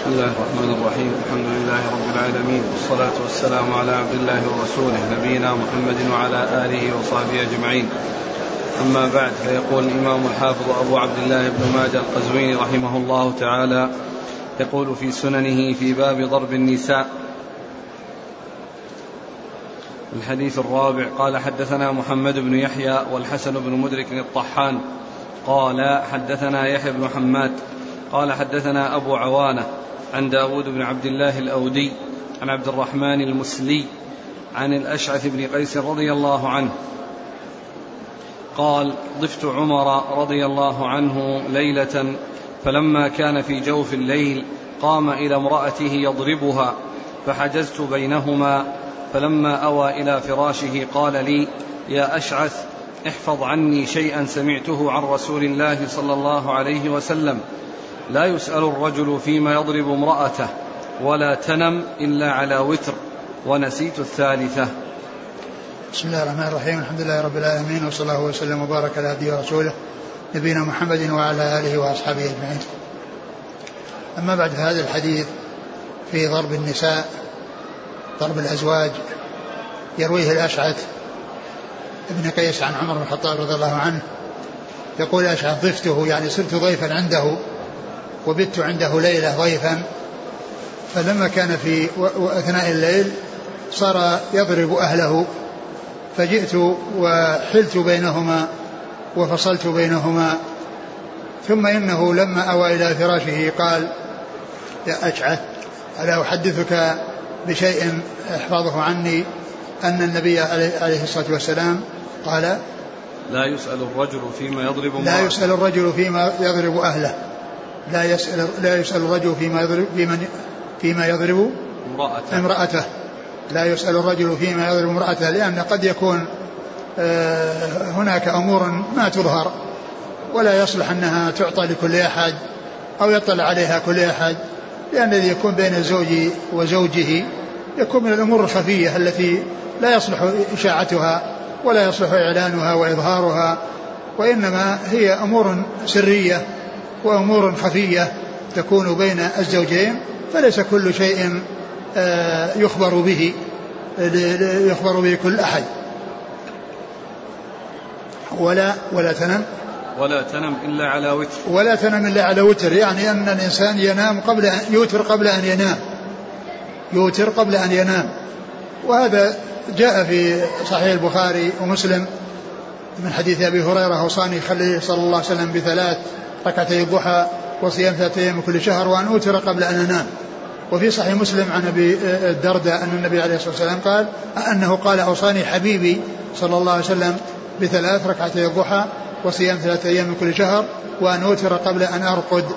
بسم الله الرحمن الرحيم. الحمد لله رب العالمين، والصلاة والسلام على عبد الله ورسوله نبينا محمد وعلى آله وصحبه أجمعين. أما بعد، فيقول الإمام الحافظ أبو عبد الله بن ماجه القزويني رحمه الله تعالى يقول في سننه في باب ضرب النساء الحديث الرابع: قال حدثنا محمد بن يحيى والحسن بن مدرك الطحان قال حدثنا يحيى بن حماد قال حدثنا أبو عوانة عن داود بن عبد الله الأودي عن عبد الرحمن المسلي عن الأشعث بن قيس رضي الله عنه قال: ضفت عمر رضي الله عنه ليلة، فلما كان في جوف الليل قام إلى امرأته يضربها، فحجزت بينهما، فلما أوى إلى فراشه قال لي: يا أشعث، احفظ عني شيئا سمعته عن رسول الله صلى الله عليه وسلم: لا يسأل الرجل فيما يضرب امرأته، ولا تنم إلا على وتر. ونسيت الثالثة. بسم الله الرحمن الرحيم. الحمد لله رب العالمين، وصلى الله وسلم وبارك على عبده ورسوله نبينا محمد وعلى آله وأصحابه أجمعين. أما بعد، هذا الحديث في ضرب النساء، ضرب الأزواج، يرويه الأشعث ابن قيس عن عمر بن الخطاب رضي الله عنه. يقول الأشعث: ضفته، يعني صرت ضيفا عنده وبت عنده ليلة ضيفا، فلما كان في أثناء الليل صار يضرب أهله، فجئت وحلت بينهما وفصلت بينهما. ثم إنه لما أوى إلى فراشه قال: يا أشعث، ألا أحدثك بشيء احفظه عني، أن النبي عليه الصلاة والسلام قال: لا يسأل الرجل فيما يضرب لا يسأل الرجل فيما يضرب أهله، لا يسأل الرجل فيما يضرب امرأته، لا يسأل الرجل فيما يضرب امرأته، لأن قد يكون هناك أمور ما تظهر ولا يصلح أنها تعطى لكل أحد أو يطلع عليها كل أحد، لأن الذي يكون بين الزوج وزوجه يكون من الأمور الخفية التي لا يصلح إشاعتها ولا يصلح إعلانها وإظهارها، وإنما هي أمور سرية وأمور خفية تكون بين الزوجين، فليس كل شيء يخبر به كل أحد. ولا تنم إلا على وتر، ولا تنم إلا على وتر، يعني أن الإنسان ينام يوتر قبل أن ينام. وهذا جاء في صحيح البخاري ومسلم من حديث أبي هريرة: أوصاني خليل صلى الله عليه وسلم ب3 ركعتي الضحى وصيام 3 أيام كل شهر وأن أوتر قبل أن أنام. وفي صحيح مسلم عن أبي الدرداء أن النبي عليه الصلاة والسلام قال: أوصاني حبيبي صلى الله عليه وسلم ب3 ركعتي الضحى وصيام 3 أيام كل شهر وأن أوتر قبل أن أرقد.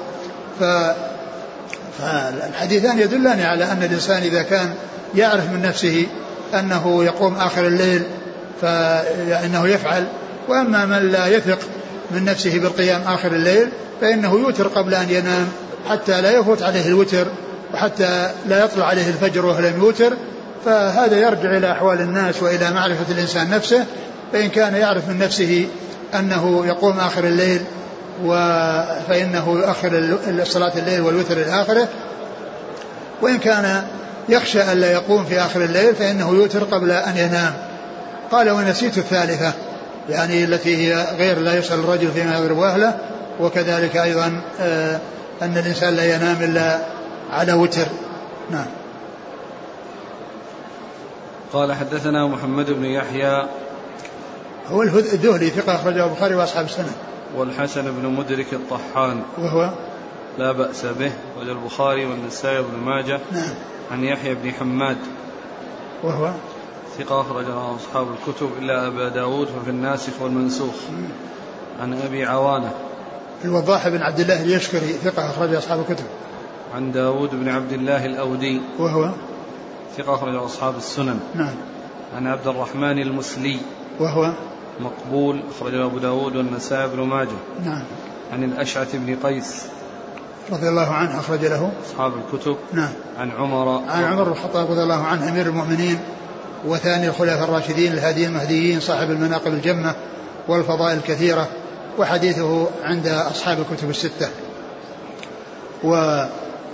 فالحديثان يدلان على أن الإنسان إذا كان يعرف من نفسه أنه يقوم آخر الليل فإنه يفعل، وأما من لا يثق من نفسه بالقيام آخر الليل فإنه يوتر قبل أن ينام حتى لا يفوت عليه الوتر وحتى لا يطلع عليه الفجر وهو لم يوتر. فهذا يرجع إلى أحوال الناس وإلى معرفة الإنسان نفسه، فإن كان يعرف من نفسه أنه يقوم آخر الليل فإنه يؤخر صلاة الليل والوتر إلى آخره، وإن كان يخشى أن لا يقوم في آخر الليل فإنه يوتر قبل أن ينام. قال: ونسيت الثالثة، يعني التي هي غير لا يسأل الرجل فيما يضرب أهله، وكذلك أيضا أن الإنسان لا ينام إلا على وتر. نعم. قال: حدثنا محمد بن يحيى هو الذهلي ثقة أخرجه البخاري وأصحاب السنة. والحسن بن مدرك الطحان وهو لا بأس به، وجه البخاري والنسائي بن ماجه. نعم. عن يحيى بن حماد وهو ثقة أخرجه أصحاب الكتب إلا أبا داود ففي الناسخ والمنسوخ. عن أبي عوانة الوضاح بن عبد الله اليشكري ثقة أخرجه أصحاب الكتب. عن داود بن عبد الله الأودي وهو ثقة أخرجه أصحاب السنن. نعم. عن عبد الرحمن المسلي وهو مقبول أخرجه أبو داود والنسائي بن ماجه. نعم. عن الأشعث بن قيس رضي الله عنه أخرج له أصحاب الكتب. نعم. عن عمر بن الخطاب رضي الله عنه أمير المؤمنين وثاني الخلفاء الراشدين الهاديين المهديين صاحب المناقب الجمة والفضائل الكثيرة، وحديثه عند أصحاب الكتب الستة.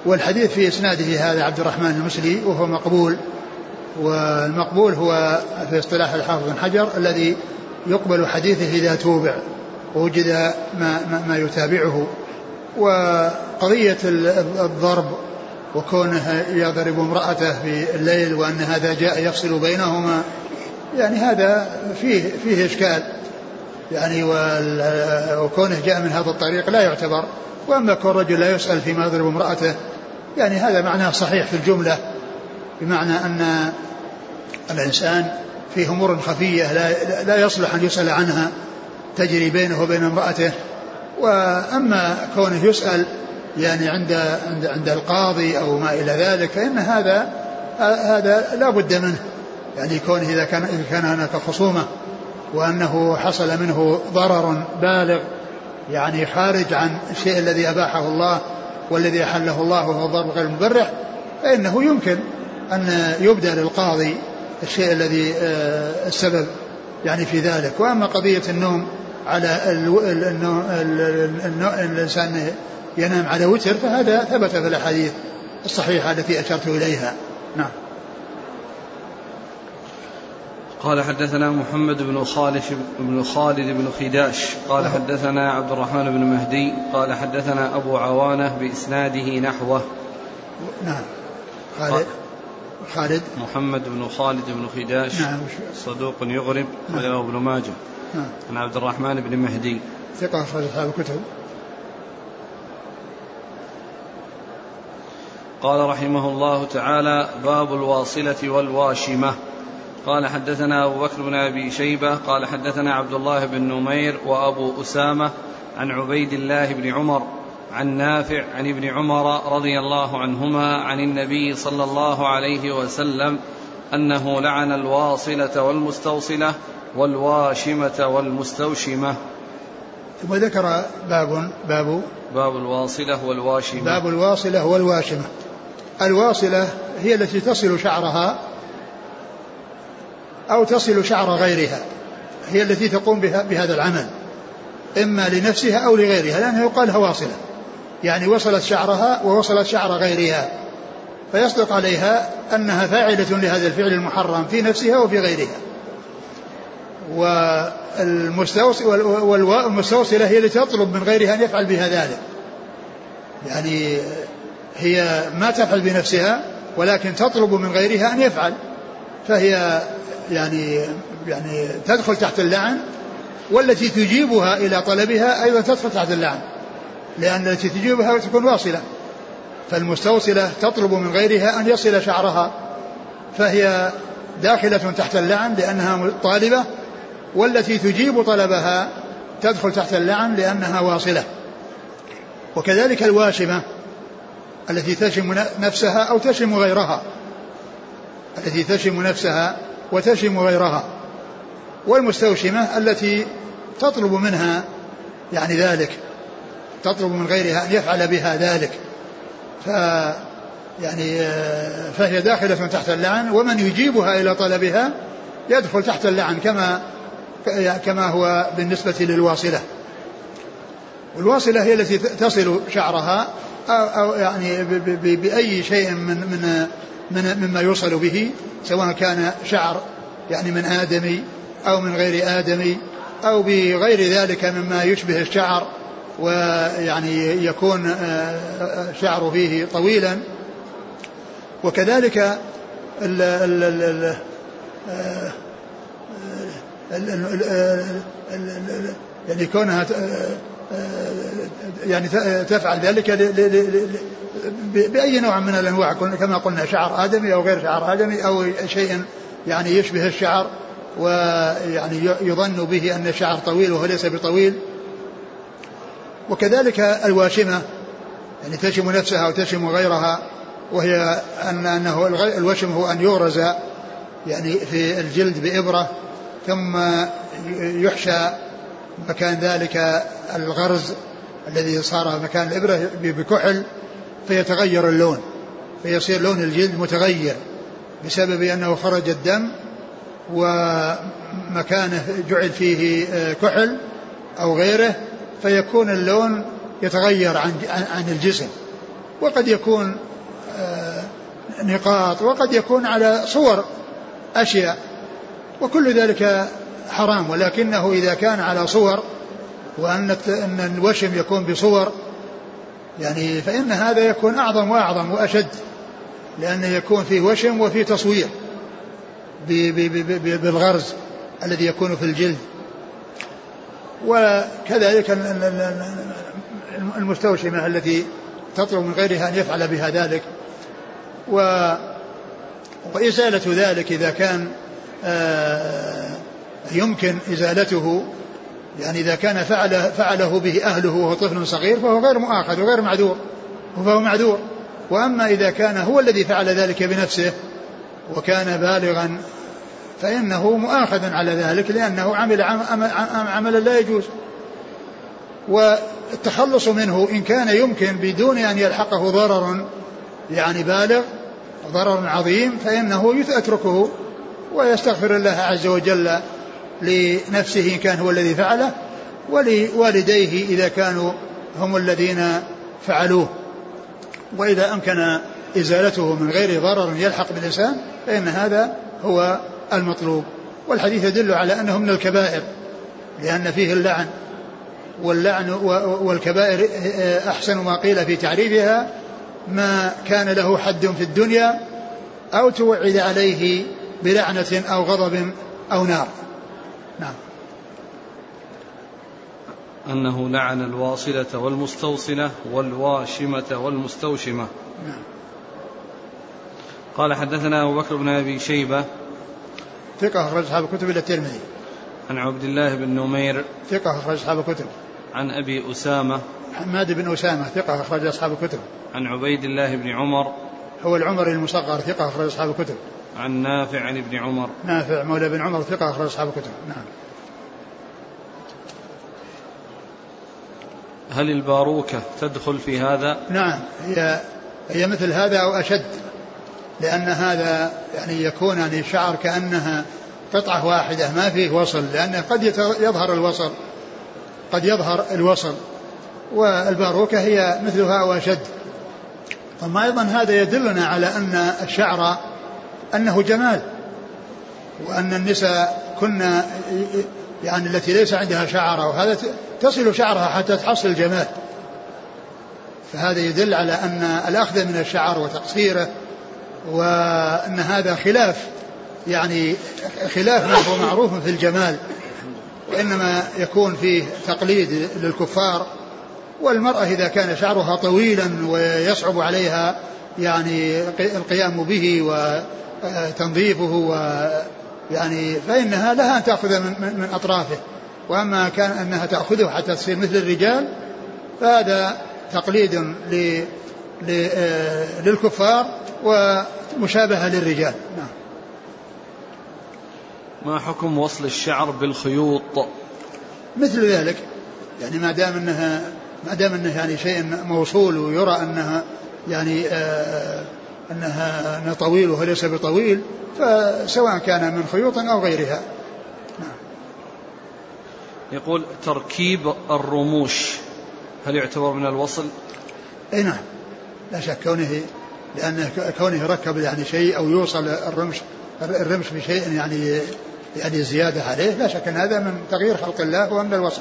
والحديث في إسناده هذا عبد الرحمن المسلي وهو مقبول، والمقبول هو في اصطلاح الحافظ بن حجر الذي يقبل حديثه إذا توبع ووجد ما يتابعه. وقضية الضرب وكونه يضرب امرأته في الليل وأن هذا جاء يفصل بينهما يعني هذا فيه إشكال يعني، وكونه جاء من هذا الطريق لا يعتبر. وأما كون رجل لا يسأل فيما يضرب امرأته يعني هذا معناه صحيح في الجملة، بمعنى أن الإنسان في أمور خفية لا يصلح أن يسأل عنها تجري بينه وبين امرأته. وأما كونه يسأل يعني عند القاضي أو ما إلى ذلك فإن هذا لا بد منه، يعني كونه إذا كان هناك خصومة وأنه حصل منه ضرر بالغ يعني خارج عن الشيء الذي أباحه الله والذي أحله الله وهو الضرب غير المبرح، فإنه يمكن أن يبدأ للقاضي الشيء الذي السبب يعني في ذلك. وأما قضية النوم على الإنسان ينام على وتر فهذا ثبت في الأحاديث الصحيحة التي أشرت إليها. نعم. قال حدثنا محمد بن خالد بن خداش قال حدثنا عبد الرحمن بن مهدي قال حدثنا أبو عوانة بإسناده نحوه. نعم. خالد محمد بن خالد بن خداش نعم. صدوق يغرب وله ابن ماجه. نعم. عن عبد الرحمن بن مهدي ثقة أخرج أصحاب الكتب. قال رحمه الله تعالى: باب الواصلة والواشمة. قال حدثنا أبو بكر بن أبي شيبة قال حدثنا عبد الله بن نمير وأبو أسامة عن عبيد الله بن عمر عن نافع عن ابن عمر رضي الله عنهما عن النبي صلى الله عليه وسلم أنه لعن الواصلة والمستوصلة والواشمة والمستوشمة. ثم ذكر باب الواصلة والواشمة. باب الواصلة والواشمة. الواصلة هي التي تصل شعرها أو تصل شعر غيرها، هي التي تقوم بهذا العمل إما لنفسها أو لغيرها، لأنها يقال لها واصلة، يعني وصلت شعرها ووصلت شعر غيرها، فيصدق عليها أنها فاعلة لهذا الفعل المحرم في نفسها وفي غيرها. والمستوصلة هي التي تطلب من غيرها أن يفعل بها ذلك، يعني هي ما تفعل بنفسها ولكن تطلب من غيرها أن يفعل، فهي يعني تدخل تحت اللعن. والتي تجيبها إلى طلبها أيضا تدخل تحت اللعن، لأن التي تجيبها تكون واصلة، فالمستوصلة تطلب من غيرها أن يصل شعرها فهي داخلة تحت اللعن لأنها طالبة، والتي تجيب طلبها تدخل تحت اللعن لأنها واصلة. وكذلك الواشمة التي تشم نفسها أو تشم غيرها، التي تشم نفسها وتشم غيرها. والمستوشمة التي تطلب منها يعني ذلك، تطلب من غيرها أن يفعل بها ذلك، فهي داخلة تحت اللعن، ومن يجيبها إلى طلبها يدخل تحت اللعن كما هو بالنسبة للواصلة. والواصلة هي التي تصل شعرها أو يعني بأي شيء مما يوصل به، سواء كان شعر يعني من آدمي أو من غير آدمي أو بغير ذلك مما يشبه الشعر، ويعني يكون شعر فيه طويلا. وكذلك يعني كونها يعني تفعل ذلك بأي نوع من الأنواع، كما قلنا شعر آدمي أو غير شعر آدمي أو شيء يعني يشبه الشعر ويعني يظن به أن الشعر طويل وهو ليس بطويل. وكذلك الواشمة يعني تشم نفسها وتشم غيرها، وهي أنه الوشم هو أن يغرز يعني في الجلد بإبرة ثم يحشى مكان ذلك الغرز الذي صار مكان الإبرة بكحل فيتغير اللون، فيصير لون الجلد متغير بسبب أنه خرج الدم ومكانه جعل فيه كحل أو غيره، فيكون اللون يتغير عن الجسم، وقد يكون نقاط، وقد يكون على صور أشياء، وكل ذلك حرام. ولكنه إذا كان على صور، وأن الوشم يكون بصور يعني، فإن هذا يكون أعظم وأعظم وأشد، لأنه يكون فيه وشم وفيه تصوير بالغرز الذي يكون في الجلد. وكذلك المستوشمة التي تطلب من غيرها أن يفعل بها ذلك. وإزالة ذلك إذا كان يمكن إزالته، يعني إذا كان فعله به أهله وهو طفل صغير فهو غير مؤاخذ وغير معذور، فهو معذور. وأما إذا كان هو الذي فعل ذلك بنفسه وكان بالغا فإنه مؤاخذ على ذلك، لأنه عمل عملا لا يجوز. والتخلص منه إن كان يمكن بدون أن يلحقه ضرر يعني بالغ، ضرر عظيم، فإنه يتركه ويستغفر الله عز وجل لنفسه إن كان هو الذي فعله، ولوالديه إذا كانوا هم الذين فعلوه. وإذا أمكن إزالته من غير ضرر يلحق بالإنسان فإن هذا هو المطلوب. والحديث يدل على أنه من الكبائر، لأن فيه اللعن، والكبائر أحسن ما قيل في تعريفها ما كان له حد في الدنيا أو توعد عليه بلعنة أو غضب أو نار. نعم. أنه لعن الواصلة والمستوصلة والواشمة والمستوشمة. نعم. قال حدثنا أبو بكر بن أبي شيبة ثقة أخرج أصحاب الكتب إلا الترمذي. عن عبد الله بن نمير ثقة أخرج أصحاب الكتب. عن أبي أسامة حماد بن أسامة ثقة أخرج أصحاب الكتب. عن عبيد الله بن عمر هو العمري المصغر ثقة أخرج أصحاب الكتب. عن نافع عن ابن عمر نافع مولى بن عمر ثقة أخرج أصحاب الكتب. نعم. هل الباروكة تدخل في هذا؟ نعم، هي مثل هذا أو أشد، لأن هذا يعني يكون يعني الشعر كأنها قطعة واحدة ما فيه وصل، لأنه قد يظهر الوصل، والباروكة هي مثلها أو أشد. ثم أيضا هذا يدلنا على أن الشعر أنه جمال، وأن النساء كنا يعني التي ليس عندها شعر وهذا تصل شعرها حتى تحصل الجمال. فهذا يدل على أن الأخذ من الشعر وتقصيره وأن هذا خلاف ما هو معروف في الجمال، وإنما يكون فيه تقليد للكفار. والمرأة إذا كان شعرها طويلا ويصعب عليها يعني القيام به وتنظيفه يعني فإنها لها أن تأخذ من أطرافه. وأما كان أنها تأخذه حتى تصير مثل الرجال فهذا تقليد للكفار ومشابهة للرجال. نعم. ما حكم وصل الشعر بالخيوط؟ مثل ذلك، يعني ما دام انه يعني شيء موصول ويرى انها يعني انها طويل وليس بطويل، فسواء كان من خيوط او غيرها. نعم. يقول تركيب الرموش هل يعتبر من الوصل؟ اي نعم، لا شك، كونه ركب يعني شيء او يوصل الرمش بشيء يعني زيادة عليه، لا شك أن هذا من تغيير خلق الله ومن الوصف.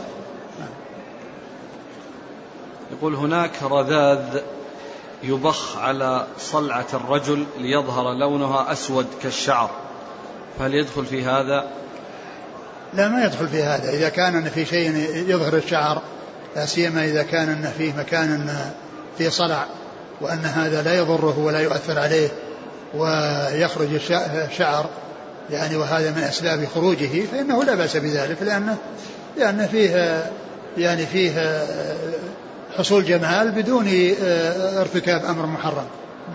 يقول هناك رذاذ يبخ على صلعة الرجل ليظهر لونها أسود كالشعر، فهل يدخل في هذا؟ لا، ما يدخل في هذا. إذا كان في شيء يظهر الشعر، لا سيما إذا كان فيه مكان فيه صلع وأن هذا لا يضره ولا يؤثر عليه ويخرج الشعر يعني وهذا من أسباب خروجه، فإنه لا بأس بذلك، لأن فيه حصول جمال بدون ارتكاب أمر محرم.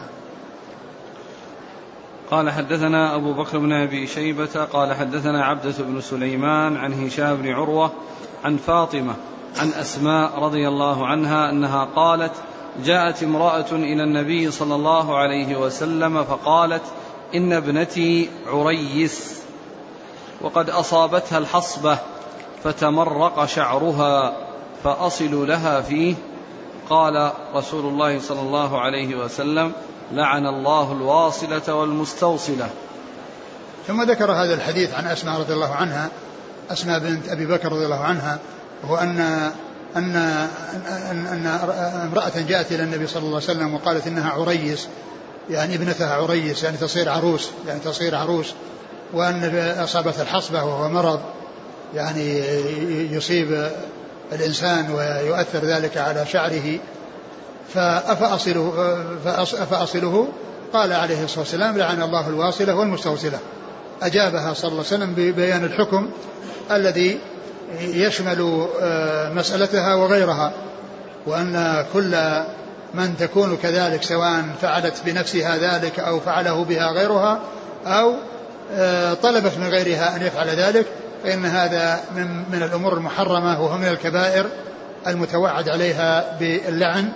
قال حدثنا أبو بكر بن أبي شيبة قال حدثنا عبدة بن سليمان عن هشام بن عروة عن فاطمة عن أسماء رضي الله عنها أنها قالت جاءت امرأة إلى النبي صلى الله عليه وسلم فقالت إن ابنتي عريس وقد أصابتها الحصبة فتمرق شعرها فأصل لها فيه؟ قال رسول الله صلى الله عليه وسلم: لعن الله الواصلة والمستوصلة. ثم ذكر هذا الحديث عن أسماء رضي الله عنها، أسماء بنت أبي بكر رضي الله عنها، وهو أن امرأة جاءت إلى النبي صلى الله عليه وسلم وقالت إنها عريس، يعني ابنتها عريس، يعني تصير عروس، وأن أصابت الحصبة وهو مرض يعني يصيب الإنسان ويؤثر ذلك على شعره، فأصله قال عليه الصلاة والسلام: لعن الله الواصلة والمستوصلة. أجابها صلى الله عليه وسلم ببيان الحكم الذي يشمل مسألتها وغيرها، وأن كل من تكون كذلك سواء فعلت بنفسها ذلك أو فعله بها غيرها أو طلبت من غيرها أن يفعل ذلك، فإن هذا من الأمور المحرمة، وهو من الكبائر المتوعد عليها باللعن.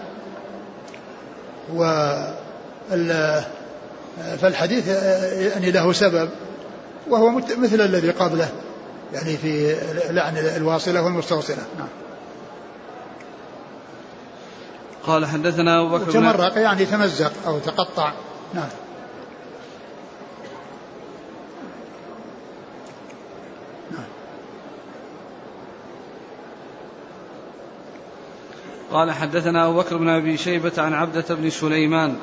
فالحديث يعني له سبب، وهو مثل الذي قبله، يعني في لعن الواصلة والمستوصلة. نعم. قال حدثنا أبو بكر تمرق يعني تمزق أو تقطع. نعم. قال حدثنا أبو بكر بن أبي شيبة عن عبدة بن سليمان.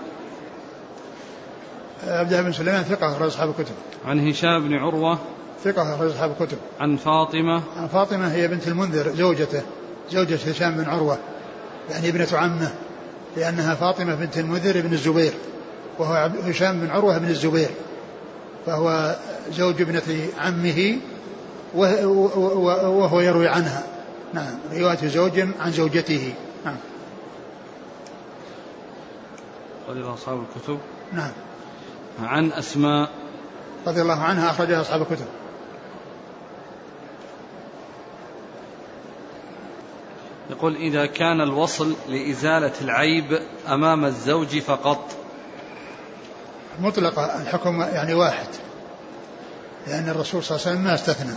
عبدة بن سليمان ثقة أخرج أصحاب الكتب. عن هشام بن عروة ثقة أخرج أصحاب الكتب. عن فاطمة هي بنت المنذر زوجة هشام بن عروة، يعني ابنة عمه، لأنها فاطمة بنت المنذر بن الزبير، وهو هشام بن عروة بن الزبير، فهو زوج ابنة عمه وهو يروي عنها. نعم. رواية زوج عن زوجته. نعم. قال أصحاب الكتب. نعم. عن أسماء رضي الله عنها أخرجها أصحاب الكتب. يقول: إذا كان الوصل لإزالة العيب أمام الزوج فقط. مطلق الحكم يعني واحد، لأن الرسول صلى الله عليه وسلم ما استثنى.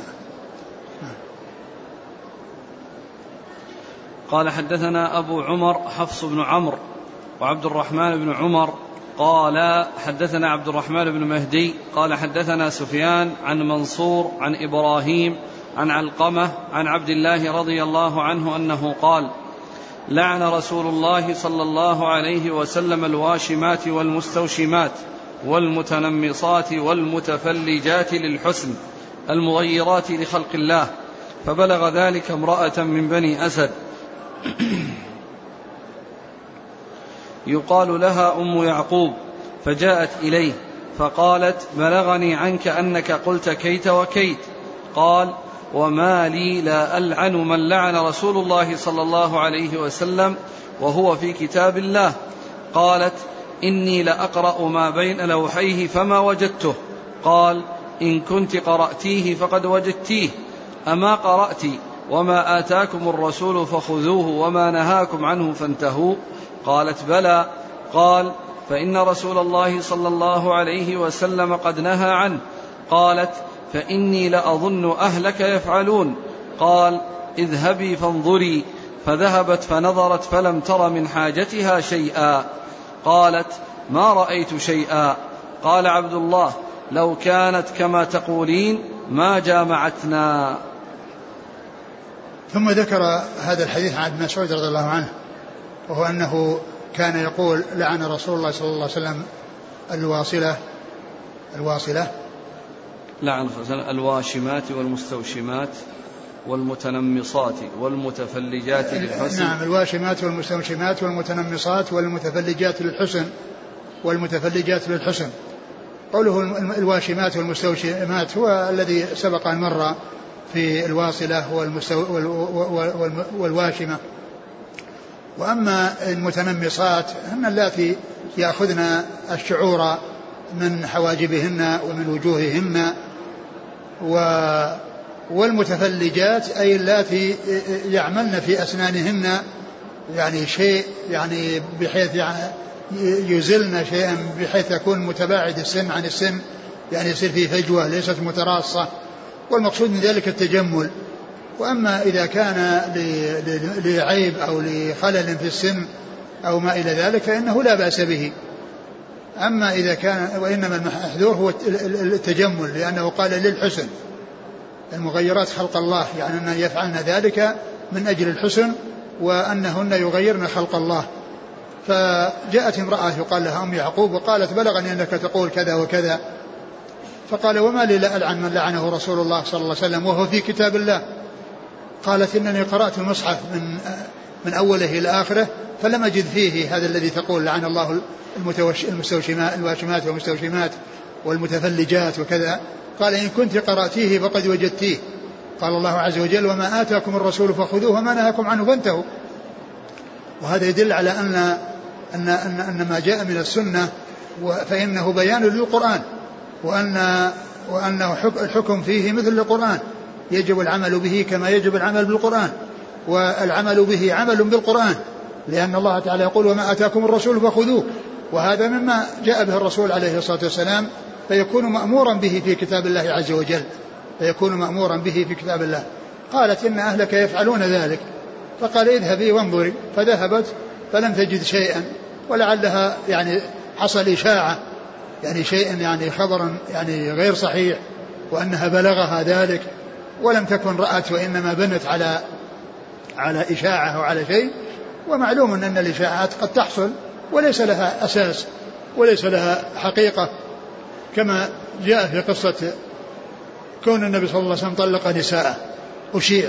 قال حدثنا أبو عمر حفص بن عمرو وعبد الرحمن بن عمر قال حدثنا عبد الرحمن بن مهدي قال حدثنا سفيان عن منصور عن إبراهيم عن علقمة عن عبد الله رضي الله عنه أنه قال: لعن رسول الله صلى الله عليه وسلم الواشمات والمستوشمات والمتنمصات والمتفلجات للحسن المغيرات لخلق الله، فبلغ ذلك امرأة من بني أسد يقال لها أم يعقوب، فجاءت إليه فقالت: بلغني عنك أنك قلت كيت وكيت. قال: وما لي لا ألعن من لعن رسول الله صلى الله عليه وسلم وهو في كتاب الله. قالت: إني لأقرأ ما بين لوحيه فما وجدته. قال: إن كنت قرأتيه فقد وجدتيه، أما قرأت وما آتاكم الرسول فخذوه وما نهاكم عنه فانتهوا؟ قالت: بلى. قال: فإن رسول الله صلى الله عليه وسلم قد نهى عنه. قالت: فإني لأظن أهلك يفعلون. قال: اذهبي فانظري. فذهبت فنظرت فلم تر من حاجتها شيئا. قالت: ما رأيت شيئا. قال عبد الله: لو كانت كما تقولين ما جامعتنا. ثم ذكر هذا الحديث عن ابن مسعود رضي الله عنه، وهو أنه كان يقول: لعن رسول الله صلى الله عليه وسلم الواصلة لعن الواشمات والمستوشمات والمتنمصات والمتفلجات للحسن. نعم، الواشمات والمستوشمات والمتنمصات والمتفلجات للحسن. قوله الواشمات والمستوشمات هو الذي سبق أن مر في الواصلة والواشمة. وأما المتنمصات هن اللاتي يأخذن الشعور من حواجبهن ومن وجوههن، والمتفلجات أي اللاتي يعملن في أسنانهن يعني شيء، يعني بحيث يزلن شيئا بحيث يكون متباعد السن عن السن، يعني يصير فيه فجوة ليست متراصة، والمقصود من ذلك التجمل. وأما إذا كان لعيب أو لخلل في السن أو ما إلى ذلك فإنه لا بأس به. أما إذا كان وإنما المحذور هو التجمل، لأنه قال للحسن، المغيرات خلق الله، يعني أن يفعلن ذلك من أجل الحسن وأنهن يغيرن خلق الله. فجاءت امرأة يقال لها أم يعقوب وقالت بلغني أنك تقول كذا وكذا، فقال وما لي لا ألعن من لعنه رسول الله صلى الله عليه وسلم وهو في كتاب الله. قالت إنني قرأت المصحف من أوله إلى آخره فلم أجد فيه هذا الذي تقول لعن الله الواشمات والمستوشمات والمتفلجات وكذا. قال إن كنت قرأتيه فقد وجدتيه. قال الله عز وجل وما آتاكم الرسول فخذوه وما نهاكم عنه فانتهوا. وهذا يدل على أن ما جاء من السنة فإنه بيان للقرآن، وأنه الحكم فيه مثل القرآن، يجب العمل به كما يجب العمل بالقرآن، والعمل به عمل بالقرآن، لأن الله تعالى يقول وما آتاكم الرسول فخذوه، وهذا مما جاء به الرسول عليه الصلاة والسلام، فيكون مأمورا به في كتاب الله عز وجل، فيكون مأمورا به في كتاب الله. قالت إن أهلك يفعلون ذلك، فقال اذهبي وانظري، فذهبت فلم تجد شيئا، ولعلها يعني حصل إشاعة، يعني شيء يعني خبرا يعني غير صحيح، وأنها بلغها ذلك ولم تكن رأت، وإنما بنت على إشاعة أو على شيء. ومعلوم أن الإشاعات قد تحصل وليس لها أساس وليس لها حقيقة، كما جاء في قصة كون النبي صلى الله عليه وسلم طلق نساءه، أشيع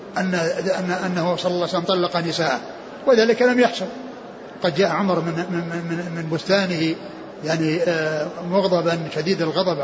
أنه صلى الله عليه وسلم طلق نساءه، وذلك لم يحصل. قد جاء عمر من بستانه يعني مغضبا شديد الغضب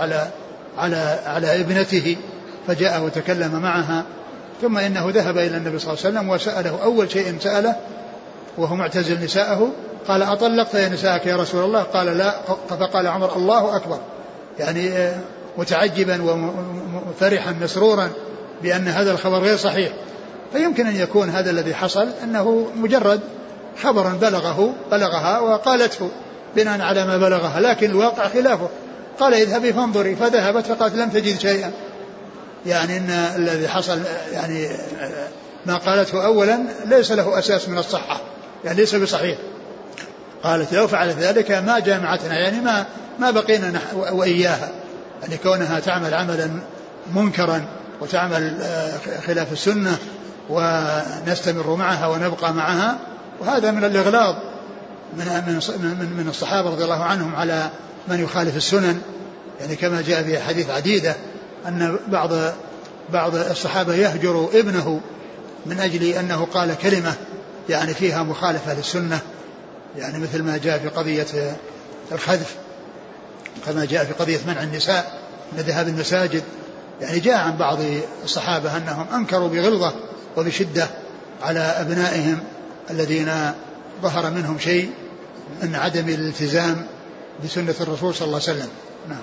على ابنته، فجاء وتكلم معها، ثم إنه ذهب إلى النبي صلى الله عليه وسلم وسأله أول شيء سأله وهو معتزل نساءه، قال أطلقت يا نساءك يا رسول الله؟ قال لا. فقال عمر الله أكبر، يعني متعجبا وفرحا مسرورا بأن هذا الخبر غير صحيح. فيمكن أن يكون هذا الذي حصل أنه مجرد خبرا بلغها وقالته بناء على ما بلغها، لكن الواقع خلافه. قال اذهبي فانظري، فذهبت فقالت لم تجد شيئا، يعني أن الذي حصل يعني ما قالته أولا ليس له أساس من الصحة، يعني ليس بصحيح. قالت لو فعلت ذلك ما جامعتنا، يعني ما بقينا وإياها، يعني كونها تعمل عملا منكرا وتعمل خلاف السنة ونستمر معها ونبقى معها، وهذا من الإغلاظ من الصحابة رضي الله عنهم على من يخالف السنن، يعني كما جاء في حديث عديدة أن بعض الصحابة يهجر ابنه من أجل أنه قال كلمة يعني فيها مخالفة للسنة، يعني مثل ما جاء في قضية الخذف، كما جاء في قضية منع النساء من ذهاب المساجد. يعني جاء عن بعض الصحابة أنهم أنكروا بغلظة وبشدة على أبنائهم الذين ظهر منهم شيء من عدم الالتزام بسنة الرسول صلى الله عليه وسلم. نعم.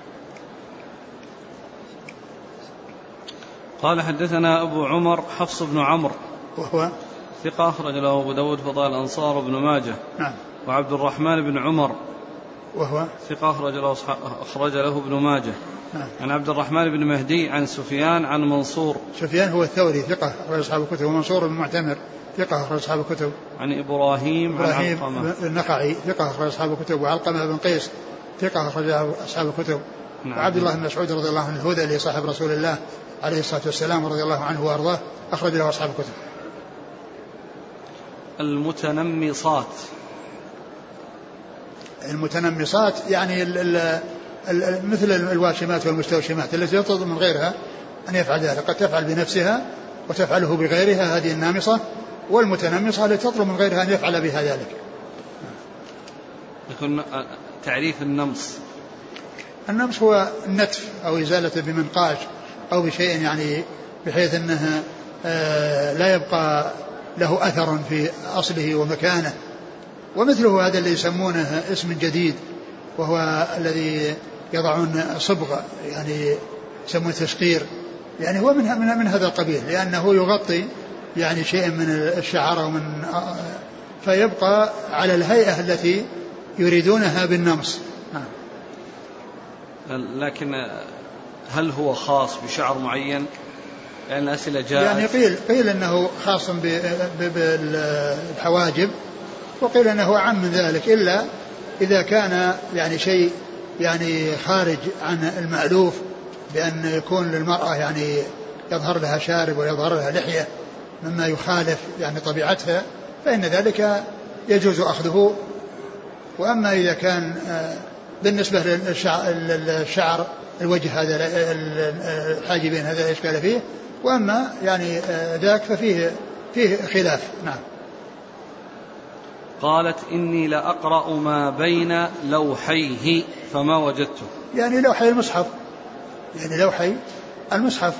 قال حدثنا أبو عمر حفص بن عمرو وهو ثقة أخرج له أبو داود فضائل الأنصار بن ماجه. نعم. وعبد الرحمن بن عمر وهو ثقة أخرج له ابن ماجه. نعم. عن عبد الرحمن بن مهدي عن سفيان عن منصور. سفيان هو الثوري ثقة أخرج أصحاب الكتب، ومنصور بن معتمر ثقة أخرج أصحاب الكتب. عن إبراهيم عن علقمة النخعي ثقة أخرج أصحاب الكتب، وعلقمة بن قيس ثقة أخرج أصحاب الكتب. نعم. وعبد الله بن مسعود رضي الله عنه الهذلي صاحب رسول الله عليه الصلاة والسلام رضي الله عنه وأرضاه أخرج له أصحاب الكتب. المتنمصات يعني مثل الواشمات والمستوشمات التي يطلب من غيرها أن يفعل ذلك، قد تفعل بنفسها وتفعله بغيرها، هذه النامصة، والمتنمصة التي تطلب من غيرها أن يفعل بها ذلك. يكون تعريف النمص هو النتف أو إزالة بمنقاش أو بشيء يعني بحيث أنه لا يبقى له أثر في أصله ومكانه. ومثله هذا اللي يسمونه اسم جديد، وهو الذي يضعون صبغة يعني يسمونه تشقير، يعني هو من هذا القبيل، لأنه يغطي يعني شيء من الشعر ومن فيبقى على الهيئة التي يريدونها بالنمص. لكن هل هو خاص بشعر معين؟ لأن الأسئلة جاءت يعني قيل أنه خاص بالحواجب، وقيل أنه أعم من ذلك إلا إذا كان يعني شيء يعني خارج عن المألوف، بأن يكون للمرأة يعني يظهر لها شارب ويظهر لها لحية مما يخالف يعني طبيعتها، فإن ذلك يجوز أخذه. وأما إذا كان بالنسبة للشعر الوجه هذا الحاجبين هذا لا إشكال فيه، وأما يعني ذاك ففيه خلاف. نعم. قالت إني لأقرأ ما بين لوحيه فما وجدته. يعني لوحي المصحف، يعني لوحي المصحف.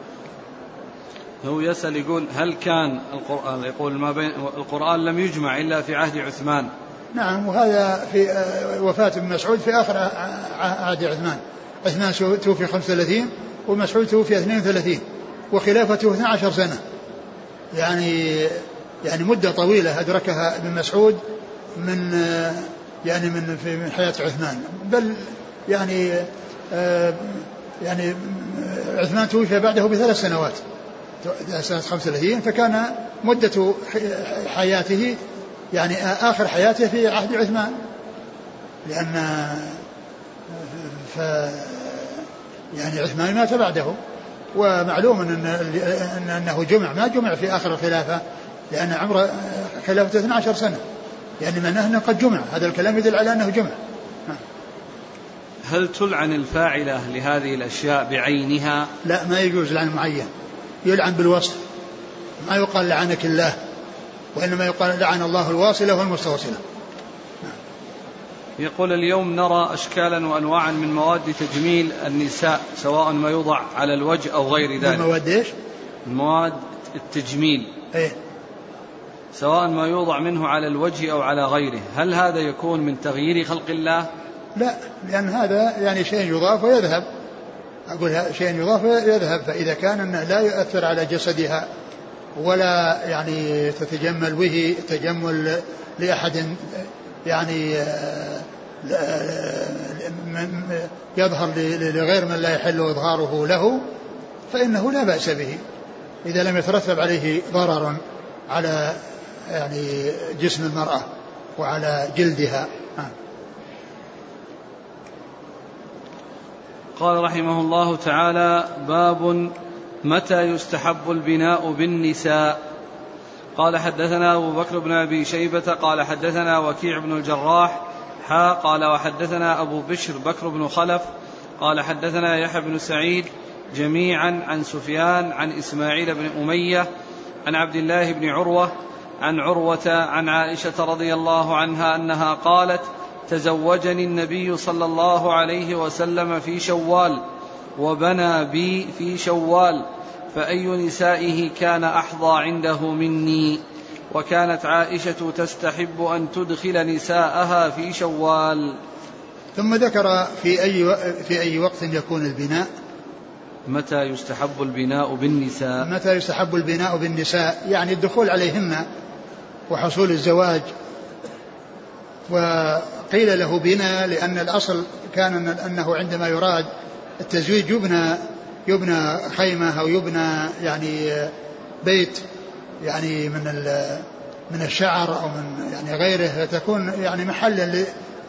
هو يسأل يقول هل كان القرآن يقول ما بين القرآن لم يجمع إلا في عهد عثمان. نعم، وهذا في وفاة ابن مسعود في آخر عهد عثمان. عثمان توفي 35 ومسعود توفي 32 وخلافته 12 سنة، يعني مدة طويلة أدركها ابن مسعود من حياة عثمان. بل يعني عثمان توفي بعده ب3 سنوات، سنة 35، فكان مدة حياته يعني آخر حياته في عهد عثمان، لأن يعني عثمان مات بعده. ومعلوم أنه جمع ما جمع في آخر الخلافة، لأن عمره خلافته 12 سنة، يعني معناه أنه قد جمع. هذا الكلام يدل على أنه جمع. هل تلعن الفاعلة لهذه الأشياء بعينها؟ لا، ما يجوز لعن معين، يلعن بالوصف. ما يقال لعنك الله، وإنما يقال لعن الله الواصلة والمستوصلة. يقول اليوم نرى أشكالا وأنواعا من مواد تجميل النساء، سواء ما يوضع على الوجه أو غير ذلك. مواد إيش؟ مواد التجميل. إيه؟ سواء ما يوضع منه على الوجه أو على غيره، هل هذا يكون من تغيير خلق الله؟ لا، لأن هذا يعني شيء يضاف ويذهب. أقول شيء يضاف ويذهب، فإذا كان لا يؤثر على جسدها ولا يعني تتجمل به تجمل لأحد يعني يظهر لغير من لا يحل إظهاره له، فإنه لا بأس به إذا لم يترتب عليه ضرر على يعني جسم المرأة وعلى جلدها. قال رحمه الله تعالى: باب متى يستحب البناء بالنساء. قال حدثنا أبو بكر بن أبي شيبة قال حدثنا وكيع بن الجراح قال وحدثنا أبو بشر بكر بن خلف قال حدثنا يحيى بن سعيد جميعا عن سفيان عن إسماعيل بن أمية عن عبد الله بن عروة عن عروة عن عائشة رضي الله عنها أنها قالت: تزوجني النبي صلى الله عليه وسلم في شوال وبنى بي في شوال، فأي نسائه كان أحظى عنده مني؟ وكانت عائشة تستحب أن تدخل نساءها في شوال. ثم ذكر في أي وقت يكون البناء. متى يستحب البناء بالنساء؟ متى يستحب البناء بالنساء يعني الدخول عليهن وحصول الزواج. وقيل له بناء لأن الأصل كان أنه عندما يراد التزويج يبنى خيمة أو يبنى يعني بيت يعني من الشعر أو من يعني غيره، فتكون يعني محلا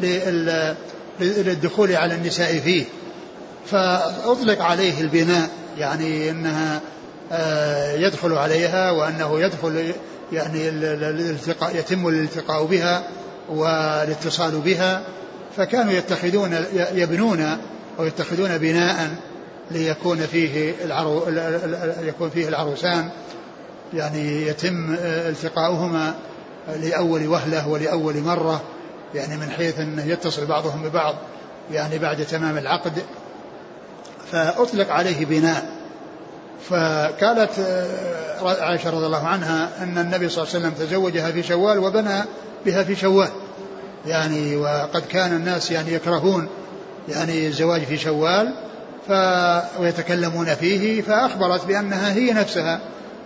للدخول على النساء فيه، فأطلق عليه البناء، يعني أنها يدخل عليها وأنه يدخل يعني يتم الالتقاء بها والاتصال بها. فكانوا يبنون أو يتخذون بناء ليكون فيه يكون فيه العروسان يعني يتم التقاؤهما لأول وهلة ولأول مرة، يعني من حيث أن يتصل بعضهم ببعض يعني بعد تمام العقد، فأطلق عليه بناء. فقالت عائشة رضي الله عنها أن النبي صلى الله عليه وسلم تزوجها في شوال وبنى بها في شوال، يعني وقد كان الناس يعني يكرهون يعني الزواج في شوال ويتكلمون فيه، فأخبرت بأنها هي نفسها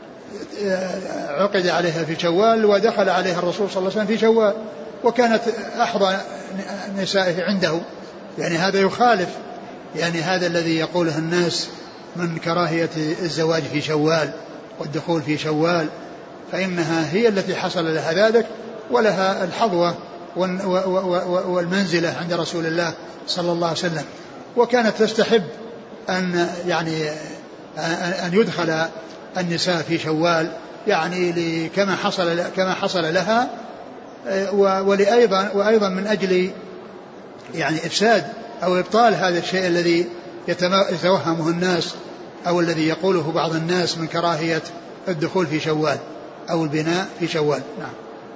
عقد عليها في شوال ودخل عليها الرسول صلى الله عليه وسلم في شوال وكانت أحظى نسائه عنده. يعني هذا يخالف يعني هذا الذي يقوله الناس من كراهية الزواج في شوال والدخول في شوال، فإنها هي التي حصل لها ذلك ولها الحظوة والمنزلة عند رسول الله صلى الله عليه وسلم. وكانت تستحب أن يدخل النساء في شوال يعني كما حصل لها، وأيضا من أجل يعني إفساد أو إبطال هذا الشيء الذي يتوهمه الناس أو الذي يقوله بعض الناس من كراهية الدخول في شوال أو البناء في شوال. نعم.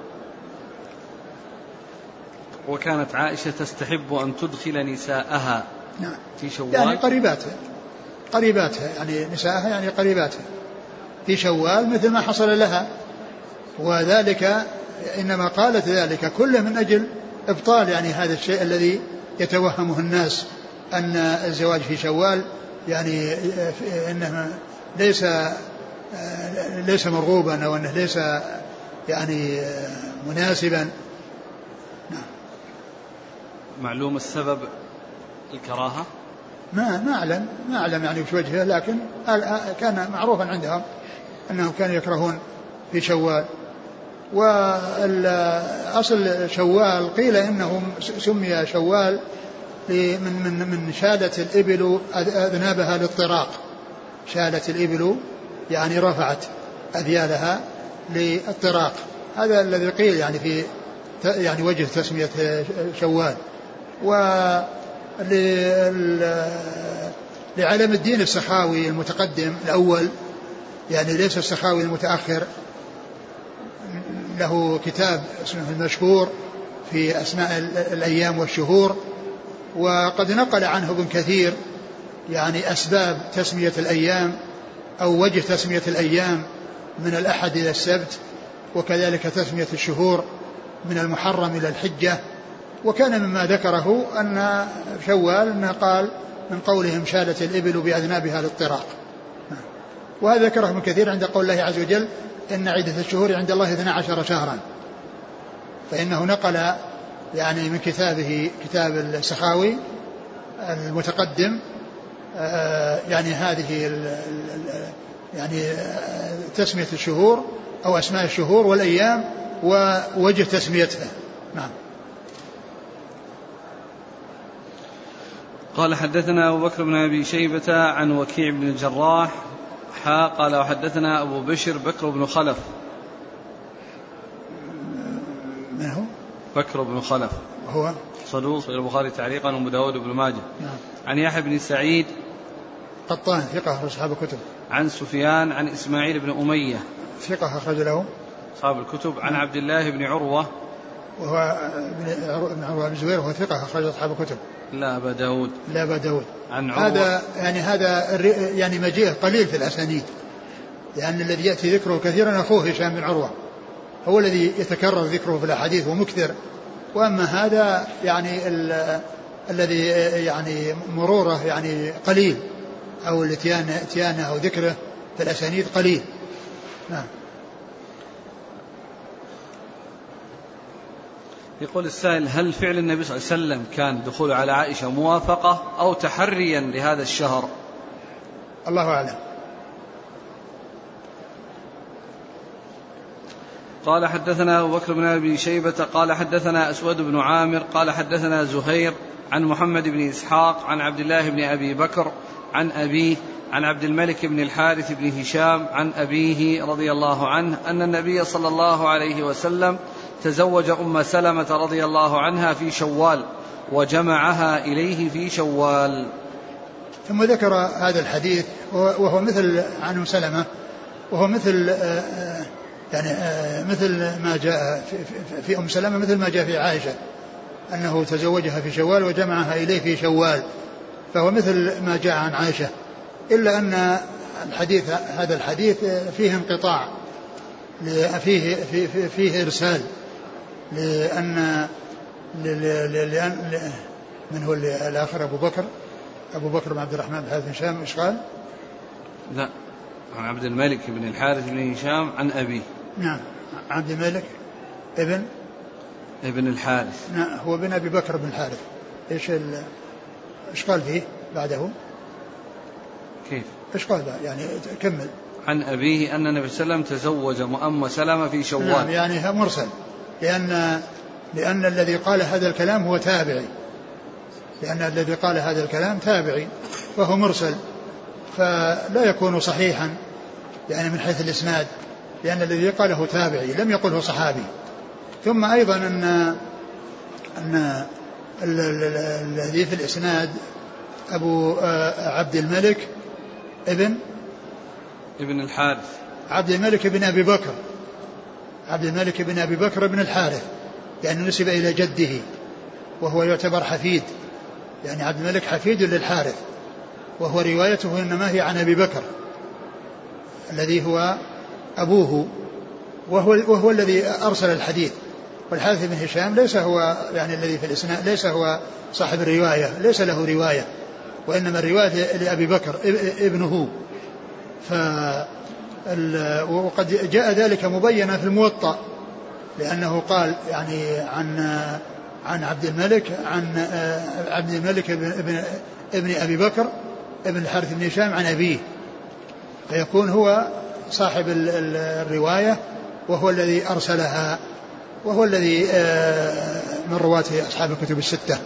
وكانت عائشة تستحب أن تدخل نساءها نعم في شوال، يعني قريباتها يعني نساءها يعني قريباتها في شوال مثل ما حصل لها، وذلك إنما قالت ذلك كله من أجل إبطال يعني هذا الشيء الذي يتوهمه الناس أن الزواج في شوال يعني إنه ليس مرغوبا أو أنه ليس يعني مناسبا. نعم. معلوم السبب الكراهة؟ ما أعلم يعني وش وجهه، لكن كان معروفا عندهم أنهم كانوا يكرهون في شوال. وأصل شوال قيل إنه سمي شوال من شالت الإبل أذنابها للطراق، شالت الإبل يعني رفعت أذيالها للطراق، هذا الذي قيل يعني في يعني وجه تسمية شوال. لعلم الدين السخاوي المتقدم الأول يعني ليس السخاوي المتأخر، له كتاب اسمه المشهور في أسماء الأيام والشهور، وقد نقل عنه ابن كثير يعني أسباب تسمية الأيام أو وجه تسمية الأيام من الأحد إلى السبت، وكذلك تسمية الشهور من المحرم إلى الحجة. وكان مما ذكره أن شوال أنه قال من قولهم شالت الإبل بأذنابها للطراق، وهذا ذكره ابن كثير عند قول الله عز وجل إن عدة الشهور عند الله 12 شهرا، فإنه نقل يعني من كتابه كتاب السخاوي المتقدم يعني هذه يعني تسمية الشهور أو أسماء الشهور والأيام ووجه تسميتها. نعم. قال حدثنا أبو بكر بن أبي شيبة عن وكيع بن الجراح قال وحدثنا أبو بشر بكر بن خلف. من هو؟ بكر بن خلف هو صدوق في البخاري تعليقا وأبو داود بن ماجه. نعم. عن يحيى بن سعيد قطان ثقة أصحاب الكتب. عن سفيان عن إسماعيل بن أمية ثقة أخرج له أصحاب الكتب. عن عبد الله بن عروة وهو ابن عروة بن زبير وهو ثقة أخرج أصحاب الكتب. لا أبا داود. عن هذا يعني مجيء قليل في الأسانيد، لأن الذي يأتي ذكره كثيرا أخوه هشام بن عروة هو الذي يتكرر ذكره في الأحاديث ومكثر، وأما هذا يعني الذي يعني مروره يعني قليل أو اتيانه أو ذكره في الأسانيد قليل. نعم. يقول السائل هل فعل النبي صلى الله عليه وسلم كان دخول على عائشة موافقة أو تحريا لهذا الشهر؟ الله أعلم. قال حدثنا أبو بكر بن أبي شيبة قال حدثنا أسود بن عامر قال حدثنا زهير عن محمد بن إسحاق عن عبد الله بن أبي بكر عن أبيه عن عبد الملك بن الحارث بن هشام عن أبيه رضي الله عنه أن النبي صلى الله عليه وسلم تزوج أم سلمة رضي الله عنها في شوال وجمعها إليه في شوال. ثم ذكر هذا الحديث وهو مثل عن أم سلمة، وهو مثل يعني مثل ما جاء في أم سلمة مثل ما جاء في عائشة أنه تزوجها في شوال وجمعها إليه في شوال، فهو مثل ما جاء عن عائشة، إلا أن هذا الحديث فيه انقطاع، فيه إرسال، لأن من هو الآخر أبو بكر بن عبد الرحمن بن حارث بن هشام إيش قال؟ لا، عن عبد الملك بن الحارث بن هشام عن أبيه. نعم، عبد الملك ابن الحارث. نعم، هو بن أبي بكر بن الحارث. إيش قال فيه بعده؟ كيف؟ إيش قال يعني كمل. عن أبيه أن النبي صلى الله عليه وسلم تزوج أم سلمة في شوال. نعم، يعني مرسل، لأن الذي قال هذا الكلام هو تابعي، لأن الذي قال هذا الكلام تابعي فهو مرسل، فلا يكون صحيحا يعني من حيث الإسناد، لأن الذي قاله تابعي لم يقله صحابي. ثم أيضا أن الذي في الإسناد أبو عبد الملك ابن الحارث، عبد الملك بن أبي بكر، عبد الملك بن أبي بكر بن الحارث، يعني نسب إلى جده وهو يعتبر حفيد، يعني عبد الملك حفيد للحارث، وهو روايته إنما هي عن أبي بكر الذي هو أبوه، وهو الذي أرسل الحديث. والحارث بن هشام ليس هو يعني الذي في الإسناد، ليس هو صاحب الرواية، ليس له رواية، وإنما الرواية لأبي بكر ابنه. وقد جاء ذلك مبينا في الموطأ، لأنه قال يعني عن عبد الملك، عن عبد الملك ابن أبي بكر ابن الحارث بن هشام عن أبيه، فيكون هو صاحب الرواية وهو الذي أرسلها، وهو الذي من رواة أصحاب الكتب الستة.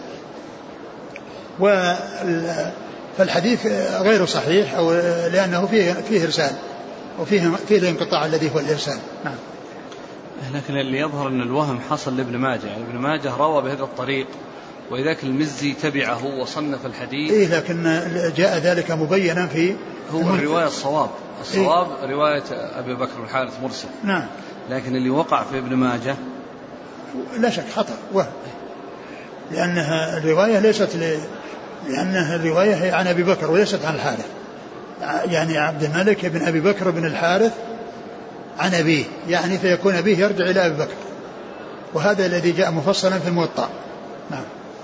فالحديث غير صحيح، أو لأنه فيه إرسال، وفيه الانقطاع الذي هو الإرسال. نعم. لكن اللي يظهر أن الوهم حصل لابن ماجه، يعني ابن ماجه روى بهذا الطريق، وإذاك المزي تبعه وصنف الحديث. إيه، لكن جاء ذلك مبينا في هو الرواية الصواب إيه؟ رواية أبي بكر الحارث مرسل. نعم. لكن اللي وقع في ابن ماجه لا شك خطأ وهم، لأنها الرواية لأنها الرواية هي عن أبي بكر وليست عن الحارث، يعني عبد الملك بن أبي بكر بن الحارث عن أبيه، يعني فيكون أبيه يرجع إلى أبي بكر، وهذا الذي جاء مفصلا في الموطأ. نعم.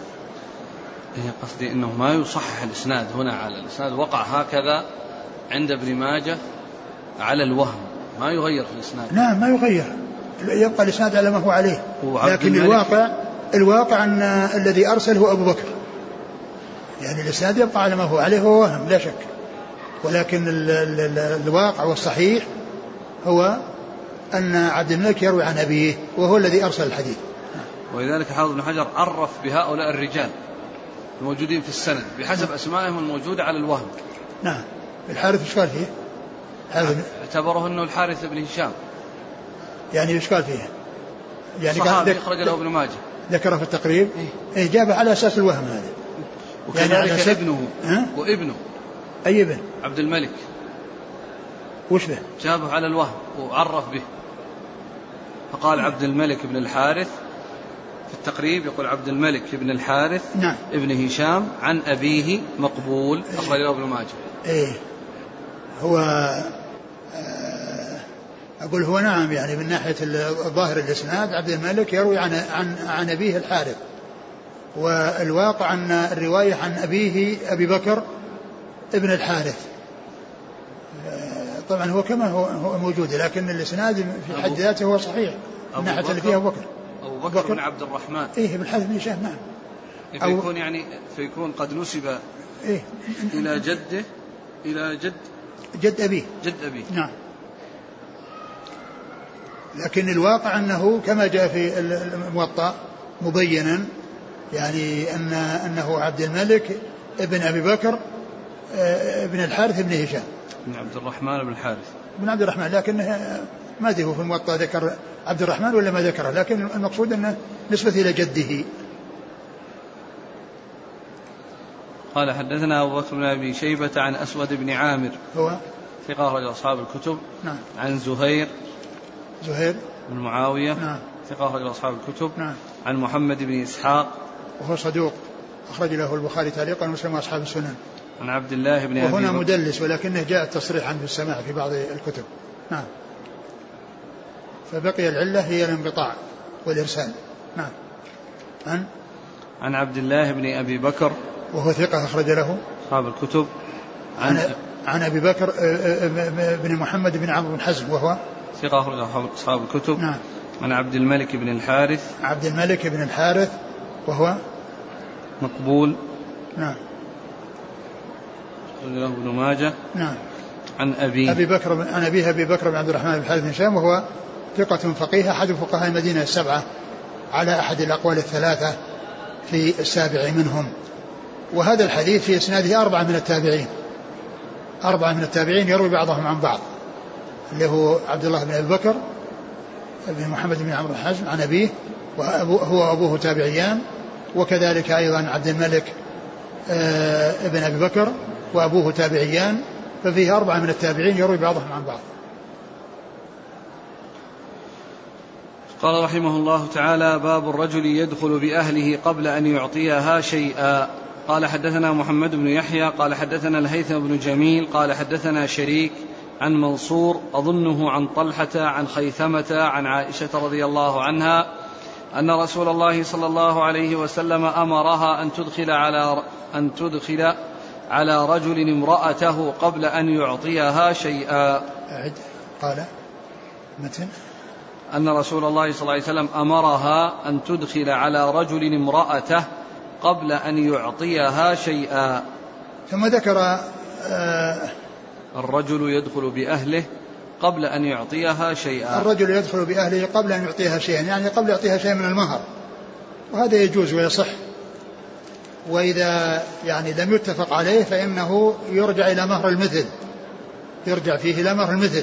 قصدي أنه ما يصحح الإسناد هنا على الإسناد، وقع هكذا عند ابن ماجه على الوهم، ما يغير في الإسناد. نعم ما يغير، يبقى الإسناد على ما هو عليه، لكن الواقع أن الذي أرسل هو أبو بكر، يعني الإسناد يبقى على ما هو عليه، هو وهم لا شك، ولكن الواقع والصحيح هو أن عبد الملك يروي عن أبيه، وهو الذي أرسل الحديث. ولذلك حافظ بن حجر عرف بهؤلاء الرجال الموجودين في السند بحسب أسمائهم الموجودة على الوهم. نعم. الحارث إيش قال فيه؟ اعتبره أنه الحارث بن هشام، يعني إيش قال فيه؟ يعني صحابي أخرج له ابن ماجه، ذكره في التقريب. إيه جابه على أساس الوهم هذا. وكذلك يعني ابنه وابنه أي ابن؟ عبد الملك. وش به؟ جابه على الوهم وعرف به، فقال عبد الملك بن الحارث في التقريب، يقول عبد الملك بن الحارث نعم. ابن هشام عن أبيه مقبول أخرج له ابن ماجه. إيه هو أقول هو نعم، يعني من ناحية ظاهر الإسناد عبد الملك يروي عن أبيه الحارث، والواقع أن الرواية عن أبيه أبي بكر ابن الحارث. طبعا هو كما هو موجود، لكن الإسناد في حد ذاته هو صحيح من ناحية اللي فيها أبو بكر بن عبد الرحمن. إيه بالحارث بن هشام. نعم. فيكون يعني قد نسب إيه إلى جده، إلى جد أبيه. نعم. لكن الواقع أنه كما جاء في الموطأ مبينا، يعني أنه عبد الملك ابن أبي بكر ابن الحارث بن هشام بن عبد الرحمن بن الحارث بن عبد الرحمن، لكن ما أدري هو في الموطأ ذكر عبد الرحمن ولا ما ذكره، لكن المقصود أنه نسبة إلى جده. قال حدثنا أبو بكر بن أبي شيبة عن أسود بن عامر هو ثقة أخرج أصحاب الكتب. نعم. عن زهير بن معاوية. نعم. ثقة أخرج أصحاب الكتب. نعم. عن محمد بن إسحاق وهو صدوق أخرج له البخاري تعليقا ومسلم وأصحاب السنن. عن عبد الله بن أبي وهنا مدلس، ولكنه جاء التصريح عنه في السماع في بعض الكتب. نعم. فبقي العلة هي الانقطاع والإرسال. نعم. عن عبد الله بن أبي بكر وهو ثقة أخرج له أصحاب الكتب. عن أبي بكر بن محمد بن عمرو بن حزم وهو ثقة أخرج أصحاب الكتب. نعم. عن عبد الملك بن الحارث وهو مقبول. نعم. له ابن ماجه. نعم. عن أبي بكر عن أبي بكر بن عبد الرحمن بن الحارث بن هشام وهو ثقة فقيه أحد فقهاء المدينة السبعة على أحد الأقوال الثلاثة في السابع منهم. وهذا الحديث في إسناده أربعة من التابعين يروي بعضهم عن بعض، اللي هو عبد الله بن أبي بكر بن محمد بن عمرو بن حزم عن أبيه وهو أبوه تابعيان، وكذلك أيضا عبد الملك ابن أبي بكر وأبوه تابعيان، ففيه أربعة من التابعين يروي بعضهم عن بعض. قال رحمه الله تعالى: باب الرجل يدخل بأهله قبل أن يعطيها شيئا. قال حدثنا محمد بن يحيى قال حدثنا الهيثم بن جميل قال حدثنا شريك عن منصور أظنه عن طلحة عن خيثمة عن عائشة رضي الله عنها أن رسول الله صلى الله عليه وسلم أمرها أن تدخل على رجل امرأته قبل أن يعطيها شيئا. قال متن أن رسول الله صلى الله عليه وسلم أمرها أن تدخل على رجل امرأته قبل أن يعطيها شيئا. ثم ذكر الرجل يدخل بأهله قبل أن يعطيها شيئا. الرجل يدخل بأهله قبل أن يعطيها شيئا، يعني قبل يعطيها شيئا من المهر، وهذا يجوز ويصح. وإذا يعني لم يتفق عليه فإنه يرجع إلى مهر المثل، يرجع فيه إلى مهر المثل.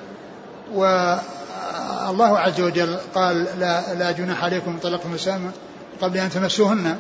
والله عز وجل قال: لا جناح عليكم طلقتم النساء قبل أن تمسوهن،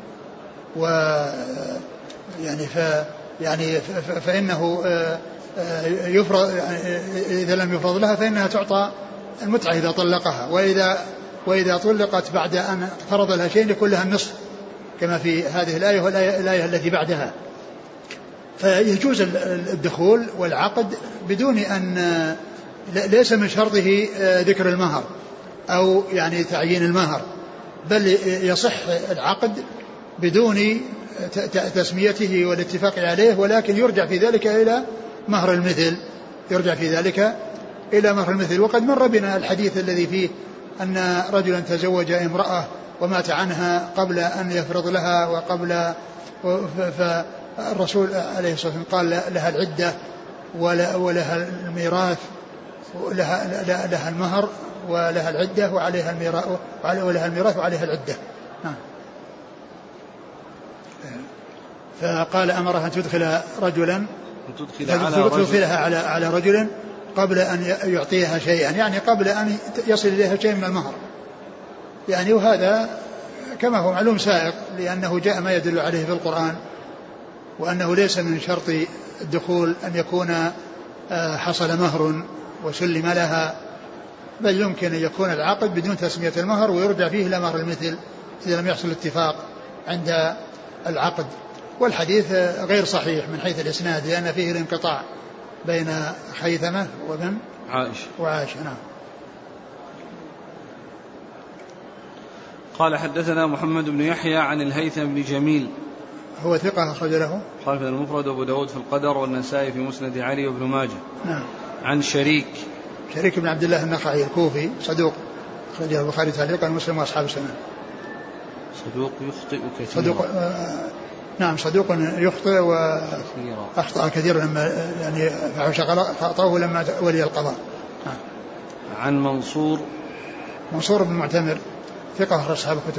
فإنه يفرض، إذا لم يفرض لها فإنها تعطى المتعة إذا طلقها، وإذا طلقت بعد أن فرض لها شيء يكون لها النصف كما في هذه الآية والآية التي بعدها. فيجوز الدخول والعقد بدون أن ليس من شرطه ذكر المهر أو يعني تعيين المهر، بل يصح العقد بدون تسميته والاتفاق عليه، ولكن يرجع في ذلك إلى مهر المثل. وقد مر بنا الحديث الذي فيه أن رجلا تزوج امرأة ومات عنها قبل أن يفرض لها، فالرسول عليه الصلاة والسلام قال لها العدة ولها الميراث، لها المهر ولها العدة وعليها الميراث، ولها الميراث وعليها العدة. فقال أمرها أن تدخلها على رجل قبل أن يعطيها شيئا، يعني قبل أن يصل إليها شيء من المهر يعني. وهذا كما هو معلوم سائق، لأنه جاء ما يدل عليه في القرآن، وأنه ليس من شرط الدخول أن يكون حصل مهر وسلم لها، بل يمكن أن يكون العقد بدون تسمية المهر ويرجع فيه إلى مهر المثل إذا لم يحصل اتفاق عند العقد. والحديث غير صحيح من حيث الإسناد، لأن فيه الانقطاع بين خيثمة وابن وعائشة. نعم. قال حدثنا محمد بن يحيى عن الهيثم بن جميل هو ثقة أخرج له قال في المفرد وأبو داود في القدر والنسائي في مسند علي وابن ماجه. نعم. عن شريك بن عبد الله النخعي الكوفي صدوق أخرجه البخاري تعليقا ومسلم وأصحاب السنن. صدوق يخطئ كثيرا. نعم صدوق يخطئ وأخطأ كثيرا لما يعني فأعطاه لما ولي القضاء. عن منصور بن معتمر ثقة أخرج أصحاب الكتب.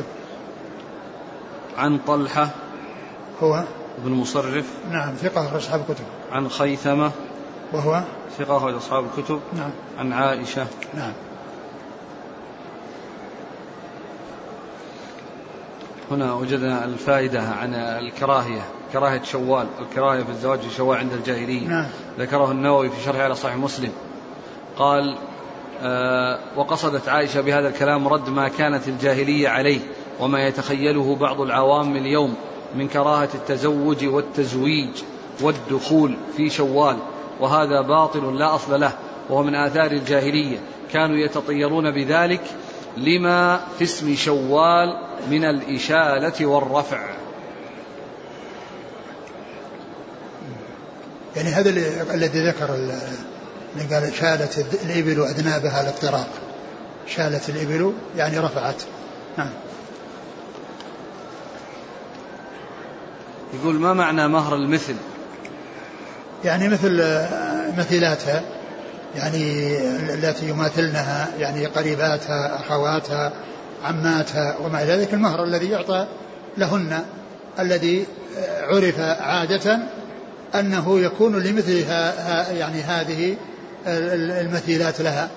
عن طلحة هو ابن مصرف. نعم ثقة أخرج أصحاب الكتب. عن خيثمة وهو ثقة أخرج أصحاب الكتب. نعم. عن عائشة. نعم. هنا وجدنا الفائدة عن كراهية شوال، الكراهية في الزواج في شوال عند الجاهلية. نعم. ذكره النووي في شرحه على صحيح مسلم. قال وقصدت عائشة بهذا الكلام رد ما كانت الجاهلية عليه وما يتخيله بعض العوام اليوم من كراهة التزوج والتزويج والدخول في شوال، وهذا باطل لا أصل له، وهو من آثار الجاهلية، كانوا يتطيرون بذلك لما في اسم شوال من الإشالة والرفع. يعني هذا الذي ذكر اللي قال شالت الإبل أذنابها الاضطراب، شالت الإبل يعني رفعت. نعم. يقول ما معنى مهر المثل؟ يعني مثل مثيلاتها، يعني التي يماثلنها يعني قريباتها أخواتها عماتها وما إلى ذلك المهر الذي يعطى لهن الذي عرف عادة أنه يكون لمثلها يعني هذه المثيلات لها.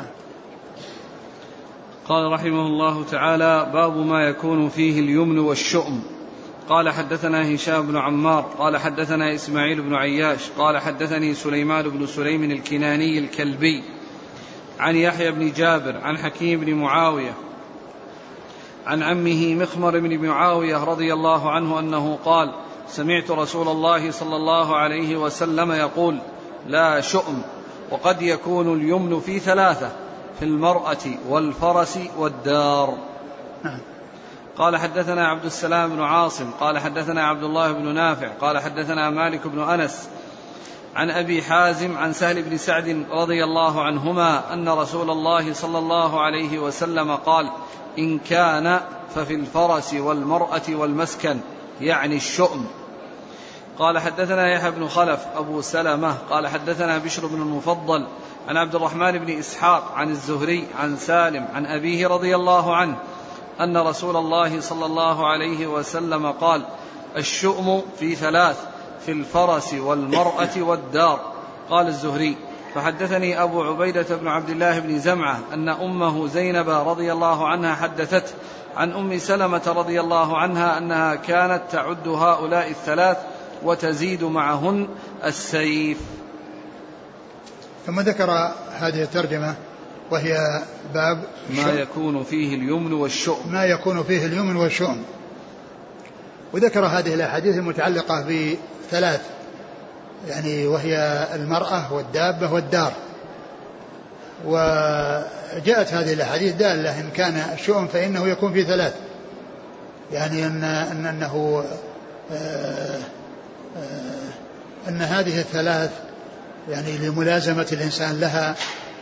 قال رحمه الله تعالى: باب ما يكون فيه اليمن والشؤم. قال حدثنا هشام بن عمار قال حدثنا إسماعيل بن عياش قال حدثني سليمان بن سليم الكناني الكلبي عن يحيى بن جابر عن حكيم بن معاوية عن عمه مخمر بن معاوية رضي الله عنه أنه قال: سمعت رسول الله صلى الله عليه وسلم يقول: لا شؤم، وقد يكون اليمن في ثلاثة: في المرأة والفرس والدار. قال حدثنا عبد السلام بن عاصم قال حدثنا عبد الله بن نافع قال حدثنا مالك بن أنس عن أبي حازم عن سهل بن سعد رضي الله عنهما أن رسول الله صلى الله عليه وسلم قال: إن كان ففي الفرس والمرأة والمسكن، يعني الشؤم. قال حدثنا يحيى بن خلف أبو سلمة قال حدثنا بشر بن المفضل عن عبد الرحمن بن إسحاق عن الزهري عن سالم عن أبيه رضي الله عنه أن رسول الله صلى الله عليه وسلم قال: الشؤم في ثلاث: في الفرس والمرأة والدار. قال الزهري: فحدثني أبو عبيدة بن عبد الله بن زمعة أن أمه زينب رضي الله عنها حدثته عن أم سلمة رضي الله عنها أنها كانت تعد هؤلاء الثلاث وتزيد معهن السيف. ثم ذكر هذه الترجمة وهي باب ما يكون فيه اليمن والشؤم. ما يكون فيه اليمن والشؤم. وذكر هذه الأحاديث المتعلقة بثلاث، يعني وهي المرأة والدابة والدار. وجاءت هذه الأحاديث دالة إن كان الشؤم فإنه يكون في ثلاث، يعني أن هذه الثلاث يعني لملازمة الإنسان لها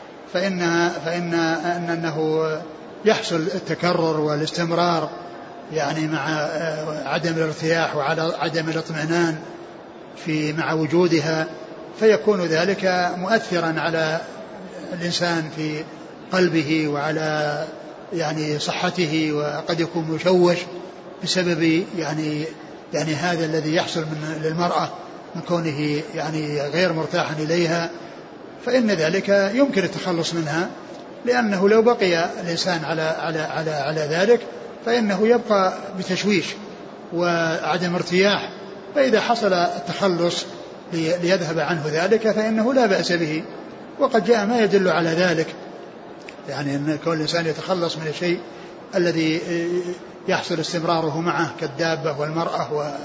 فإنه يحصل التكرر والاستمرار يعني مع عدم الارتياح وعدم الاطمئنان مع وجودها، فيكون ذلك مؤثرا على الإنسان في قلبه وعلى يعني صحته، وقد يكون مشوش بسبب يعني هذا الذي يحصل للمرأة من كونه يعني غير مرتاحا إليها، فإن ذلك يمكن التخلص منها، لأنه لو بقي الإنسان على ذلك فإنه يبقى بتشويش وعدم ارتياح. فإذا حصل التخلص ليذهب عنه ذلك فإنه لا بأس به. وقد جاء ما يدل على ذلك، يعني أن كل إنسان يتخلص من الشيء الذي يحصل استمراره معه كالدابة والمرأة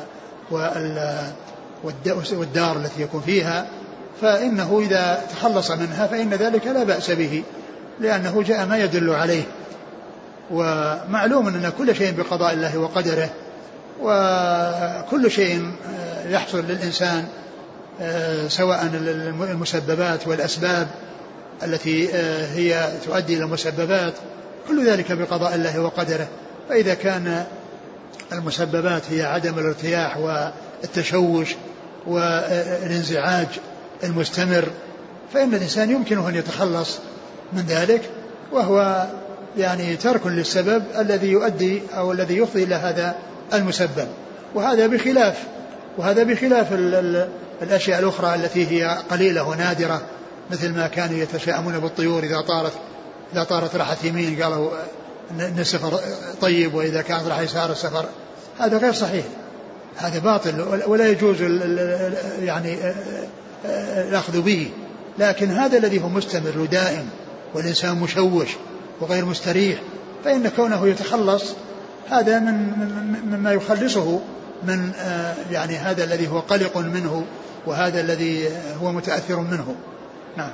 والدار التي يكون فيها، فإنه إذا تخلص منها فإن ذلك لا بأس به، لأنه جاء ما يدل عليه. ومعلوم أن كل شيء بقضاء الله وقدره، وكل شيء يحصل للإنسان سواء المسببات والأسباب التي هي تؤدي إلى المسببات، كل ذلك بقضاء الله وقدره. فإذا كان المسببات هي عدم الارتياح والتشوش والانزعاج المستمر، فإن الإنسان يمكنه أن يتخلص من ذلك، وهو يعني ترك للسبب الذي يؤدي أو الذي يفضي إلى هذا المسبب. وهذا بخلاف الأشياء الأخرى التي هي قليلة ونادرة، مثل ما كانوا يتشاءمون بالطيور إذا طارت راحت يمين قالوا إن السفر طيب، وإذا كانت راح يسار السفر. هذا غير صحيح، هذا باطل ولا يجوز يعني الأخذ به. لكن هذا الذي هو مستمر ودائم والإنسان مشوش وغير مستريح، فإن كونه يتخلص هذا مما يخلصه من يعني هذا الذي هو قلق منه وهذا الذي هو متأثر منه. نعم.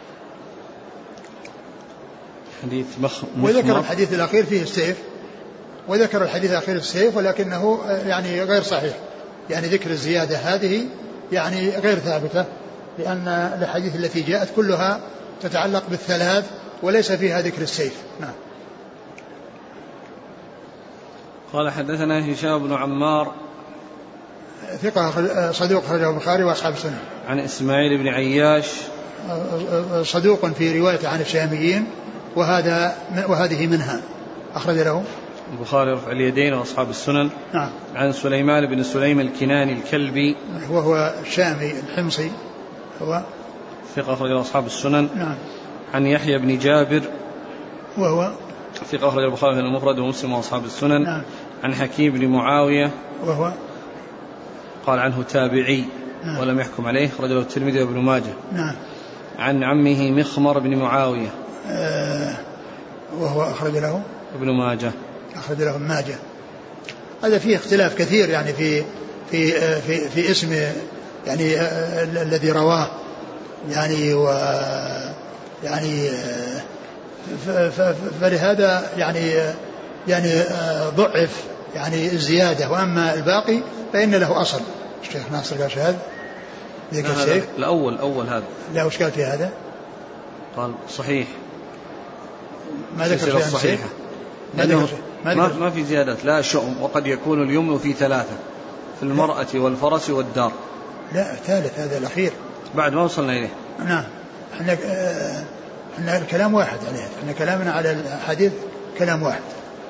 وذكر الحديث الأخير فيه السيف، وذكر الحديث الأخير السيف، ولكنه يعني غير صحيح، يعني ذكر الزيادة هذه يعني غير ثابتة، لأن الحديث التي جاءت كلها تتعلق بالثلاث وليس فيها ذكر السيف. نعم. قال حدثنا هشام بن عمار ثقة صدوق خرجه البخاري وأصحاب السنن. عن إسماعيل بن عياش صدوق في رواية عن الشاميين، وهذه منها. أخرج له البخاري رفع اليدين وأصحاب السنن. نعم. عن سليمان بن سليم الكناني الكلبي وهو الشامي الحمصي، هو ثقة أخرج أصحاب السنن. نعم. عن يحيى بن جابر وهو ثقة أخرج البخاري في المفرد ومسلم وأصحاب السنن. نعم. عن حكيم بن معاوية وهو قال عنه تابعي. نعم. ولم يحكم عليه، أخرجه الترمذي وابن ماجه. نعم. عن عمه مخمر بن معاوية وهو أخرج له ابن ماجه. أخرج له ابن ماجه. هذا فيه اختلاف كثير يعني في اسم يعني الذي رواه يعني يعني فلهذا يعني ضعف يعني الزيادة، وأما الباقي فإن له أصل. الشيخ ناصر قال شهاد ذيك الشيخ الأول هذا لا أشكال في هذا، قال صحيح ما ذكر شيئا صحيحة، ما في زيادات لا شؤم، وقد يكون اليمن في 3 في المرأة والفرس والدار. لا الثالث هذا الأخير بعد ما وصلنا إليه. نعم. احنا الكلام واحد عليه، احنا كلامنا على الحديث كلام واحد.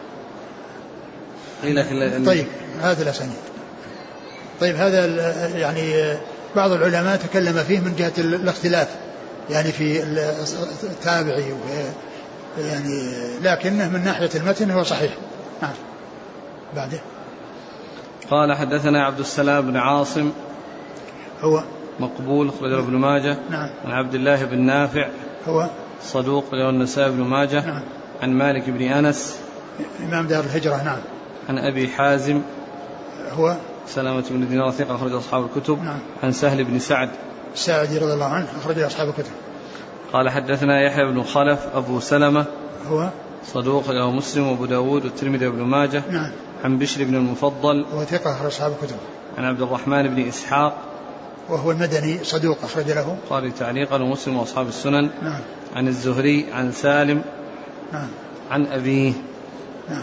طيب هذا الأسانيد. طيب هذا يعني بعض العلماء تكلم فيه من جهة الاختلاف يعني في التابعي يعني، لكنه من ناحية المتن هو صحيح. نعم. بعده قال حدثنا عبد السلام بن عاصم هو مقبول أخرجه ابن ماجه. نعم. عن عبد الله بن نافع هو صدوق له النسائي بن ماجه. نعم. عن مالك بن أنس إمام دار الهجرة. نعم. عن أبي حازم هو سلامة بن دينار ثقة أخرج أصحاب الكتب. نعم. عن سهل بن سعد الساعدي رضي الله عنه أخرج أصحاب الكتب. قال حدثنا يحيى بن خلف أبو سلمة هو صدوق له مسلم وأبو داود والترمذي وابن ماجه. نعم. عن بشر بن المفضل هو ثقة أخرج أصحاب الكتب. عن عبد الرحمن بن إسحاق وهو المدني صدوق أخرج له قال تعليقا ومسلم وأصحاب السنن. نعم. عن الزهري عن سالم. نعم. عن أبيه. نعم.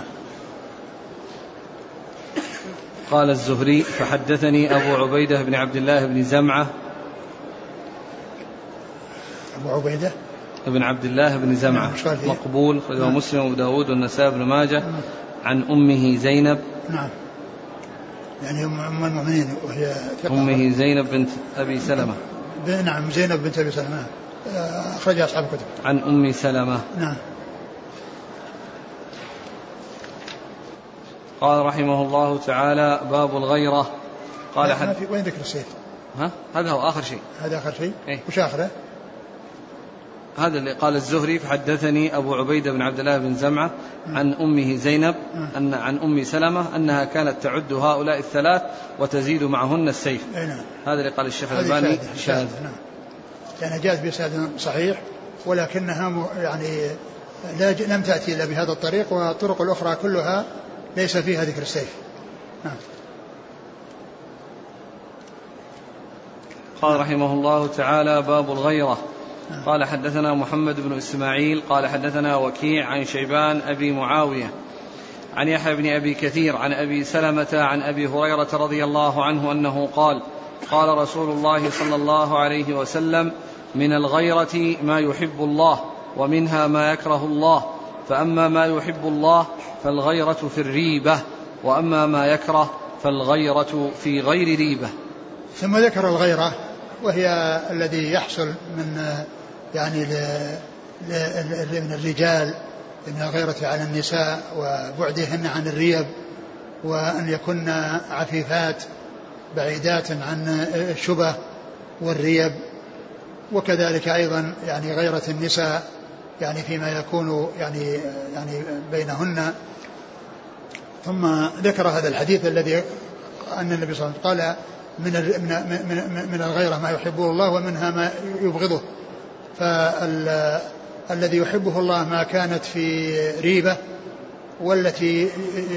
قال الزهري فحدثني أبو عبيدة بن عبد الله بن زمعة. أبو عبيدة ابن عبد الله بن زمعة مقبول أخرجه مسلم وأبو داود والنسائي بن ماجه. عن أمه زينب. نعم. يعني أم المؤمنين وهي أمه زينب بنت أبي سلمة. نعم زينب بنت أبي سلمة أخرج أصحاب الكتب. عن أم سلمة. نعم. قال رحمه الله تعالى باب الغيرة. قال ما في وين ذكر السيف؟ هذا هو آخر شيء. هذا آخر شيء. إيه؟ وش آخره؟ هذا اللي قال الزهري فحدثني أبو عبيدة بن عبد الله بن زمعة عن أمه زينب عن أم سلمة أنها كانت تعد هؤلاء 3 وتزيد معهن السيف. نعم. هذا اللي قال الشيخ الألباني شاذ. نعم. يعني جاءت بإسناد صحيح، ولكنها يعني لم تأتي إلا بهذا الطريق، والطرق الأخرى كلها ليس فيها ذكر السيف. نعم. قال رحمه الله تعالى باب الغيرة. قال حدثنا محمد بن إسماعيل قال حدثنا وكيع عن شيبان أبي معاوية عن يحيى بن أبي كثير عن أبي سلمة عن أبي هريرة رضي الله عنه أنه قال قال رسول الله صلى الله عليه وسلم من الغيرة ما يحب الله ومنها ما يكره الله، فأما ما يحب الله فالغيرة في الريبة، وأما ما يكره فالغيرة في غير ريبة. ثم ذكر الغيرة وهي الذي يحصل من يعني من الرجال من الغيرة على النساء وبعدهن عن الريب، وأن يكن عفيفات بعيدات عن الشبه والريب، وكذلك أيضا يعني غيرة النساء يعني فيما يكون يعني بينهن. ثم ذكر هذا الحديث الذي أن النبي صلى الله عليه وسلم قال من الغيرة ما يحبه الله ومنها ما يبغضه، فالذي يحبه الله ما كانت في ريبة، والتي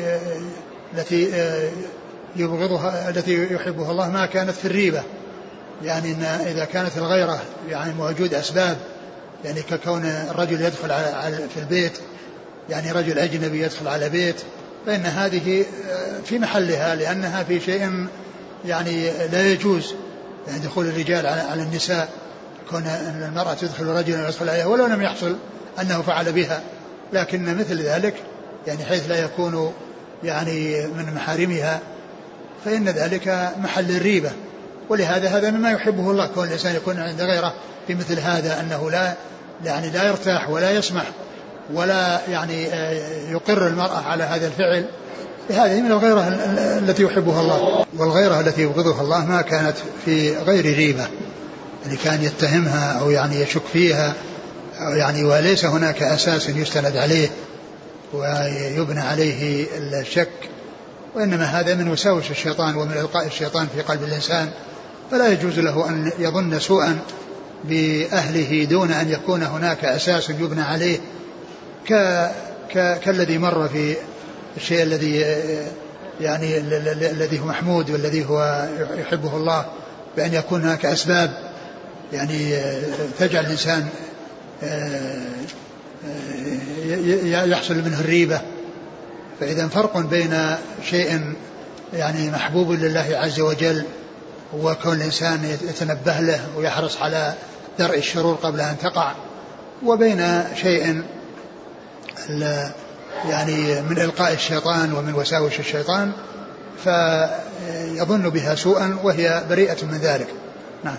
يبغضها التي يحبها الله ما كانت في الريبة. يعني إن إذا كانت الغيرة يعني موجود أسباب، يعني ككون الرجل يدخل في البيت، يعني رجل أجنبي يدخل على بيت، فإن هذه في محلها، لأنها في شيء يعني لا يجوز يعني دخول الرجال على النساء، كون المرأة تدخل رجلا ويدخل عليها ولو لم يحصل أنه فعل بها، لكن مثل ذلك يعني حيث لا يكون يعني من محارمها فإن ذلك محل الريبة. ولهذا هذا مما يحبه الله، كون الإنسان يكون عند غيره في مثل هذا، أنه لا يرتاح ولا يسمح ولا يعني يقر المرأة على هذا الفعل. هذه من الغيرة التي يحبها الله. والغيرة التي يبغضها الله ما كانت في غير ريبة، يعني كان يتهمها أو يعني يشك فيها أو يعني وليس هناك أساس يستند عليه ويبنى عليه الشك، وإنما هذا من وساوس الشيطان ومن إلقاء الشيطان في قلب الإنسان، فلا يجوز له أن يظن سوءا بأهله دون أن يكون هناك أساس يبنى عليه، كالذي مر في الشيء الذي يعني الذي هو محمود والذي هو يحبه الله، بأن يكون هناك أسباب يعني تجعل الإنسان يحصل منه الريبة. فإذا فرق بين شيء يعني محبوب لله عز وجل وكون الإنسان يتنبه له ويحرص على درء الشرور قبل أن تقع، وبين شيء يعني من إلقاء الشيطان ومن وساوس الشيطان فيظن بها سوءا وهي بريئة من ذلك. نعم.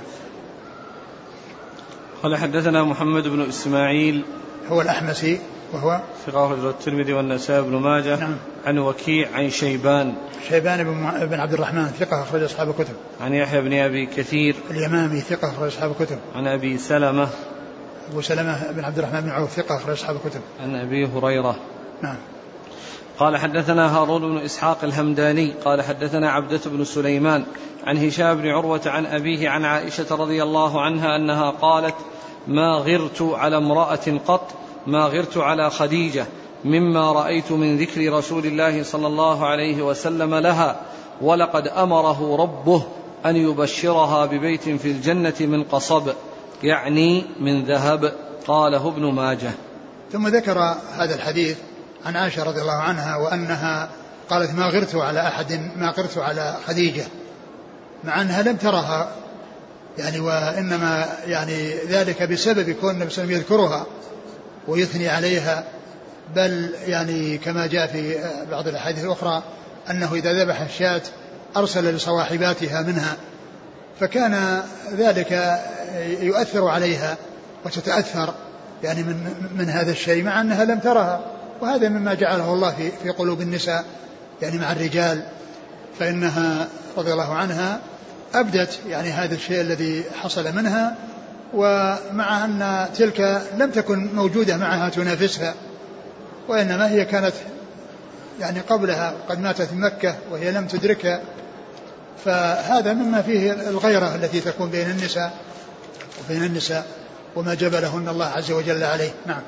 قال حدثنا محمد بن إسماعيل هو الأحمسي وهو ثقة أخرجه الترمذي والنسائي بن ماجه. نعم. عن وكيع عن شيبان بن عبد الرحمن ثقة أخرج أصحاب الكتب. عن يحيى بن أبي كثير اليمامي ثقة أخرج أصحاب الكتب. عن أبي سلمة أبو سلمة بن عبد الرحمن بن عوف ثقة أخرج أصحاب الكتب. عن أبي هريرة. نعم. قال حدثنا هارون بن إسحاق الهمداني قال حدثنا عبدة بن سليمان عن هشام بن عروة عن أبيه عن عائشة رضي الله عنها أنها قالت: ما غرت على امرأة قط ما غرت على خديجة مما رأيت من ذكر رسول الله صلى الله عليه وسلم لها، ولقد أمره ربه أن يبشرها ببيت في الجنة من قصب، يعني من ذهب. قاله ابن ماجه. ثم ذكر هذا الحديث عن عائشة رضي الله عنها وأنها قالت: ما غرت على أحد ما غرت على خديجة، مع أنها لم ترها يعني، وإنما يعني ذلك بسبب كون النبي صلى الله عليه وسلم يذكرها ويثني عليها، بل يعني كما جاء في بعض الأحاديث الأخرى أنه إذا ذبح الشاة أرسل لصواحباتها منها، فكان ذلك يؤثر عليها وتتأثر يعني من هذا الشيء مع أنها لم ترها. وهذا مما جعله الله في قلوب النساء يعني مع الرجال، فإنها رضي الله عنها أبدت يعني هذا الشيء الذي حصل منها، ومع أن تلك لم تكن موجودة معها تنافسها، وإنما هي كانت يعني قبلها قد ماتت في مكة وهي لم تدركها، فهذا مما فيه الغيرة التي تكون بين النساء وما جبلهن الله عز وجل عليه. نعم.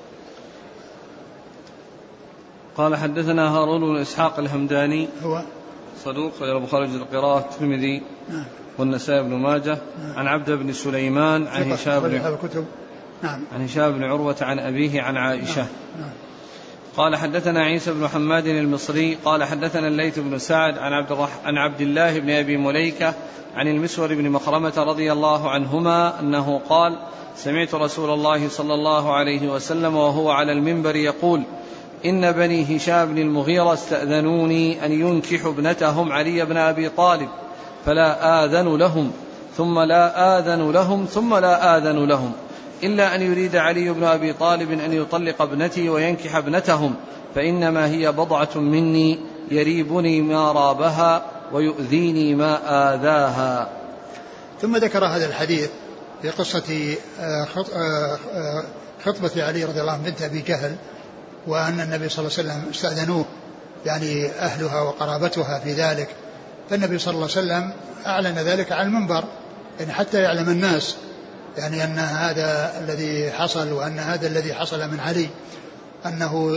قال حدثنا هارون بن إسحاق الهمداني هو صدوق غير البخاري القراءة الترمذي نعم. والنسائي بن ماجه. نعم. عن عبد بن سليمان عن هشام بن عروة عن أبيه عن عائشة. نعم. قال حدثنا عيسى بن حماد المصري قال حدثنا الليث بن سعد عن عبد الله بن أبي مليكة عن المسور بن مخرمة رضي الله عنهما أنه قال: سمعت رسول الله صلى الله عليه وسلم وهو على المنبر يقول: إن بني هشام بن المغيرة استأذنوني أن ينكحوا ابنتهم علي بن أبي طالب، فلا آذن لهم ثم لا آذن لهم ثم لا آذن لهم، إلا أن يريد علي بن أبي طالب أن يطلق ابنتي وينكح ابنتهم، فإنما هي بضعة مني يريبني ما رابها ويؤذيني ما آذاها. ثم ذكر هذا الحديث في قصة خطبة علي رضي الله عنه بنت أبي جهل، وأن النبي صلى الله عليه وسلم استأذنوه يعني أهلها وقرابتها في ذلك، فالنبي صلى الله عليه وسلم أعلن ذلك على المنبر يعني حتى يعلم الناس يعني أن هذا الذي حصل، وأن هذا الذي حصل من علي أنه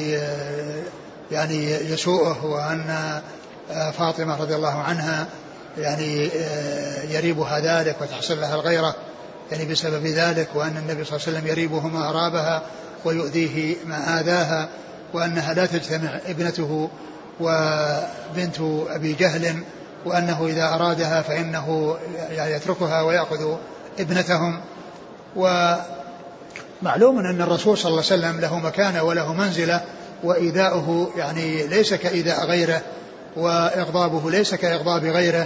يعني يسوءه، وأن فاطمة رضي الله عنها يعني يريبها ذلك وتحصل لها الغيرة يعني بسبب ذلك، وأن النبي صلى الله عليه وسلم يريبه ما أرابها ويؤذيه ما آذاها، وأنها لا تجتمع ابنته وبنت أبي جهل، وأنه إذا أرادها فإنه يعني يتركها ويأخذ ابنتهم. ومعلوم أن الرسول صلى الله عليه وسلم له مكانة وله منزلة، وإيذاؤه يعني ليس كإيذاء غيره، وإغضابه ليس كإغضاب غيره،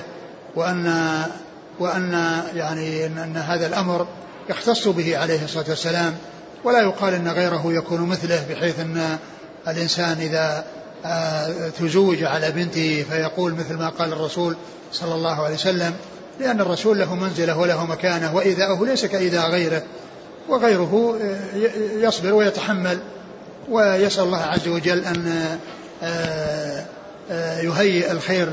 وأن يعني أن هذا الأمر يختص به عليه الصلاة والسلام، ولا يقال أن غيره يكون مثله، بحيث أن الإنسان إذا تزوج على بنته فيقول مثل ما قال الرسول صلى الله عليه وسلم، لأن الرسول له منزلة وله مكانة، وإيذاؤه ليس كإيذاء غيره، وغيره يصبر ويتحمل، ويسأل الله عز وجل أن يهيئ الخير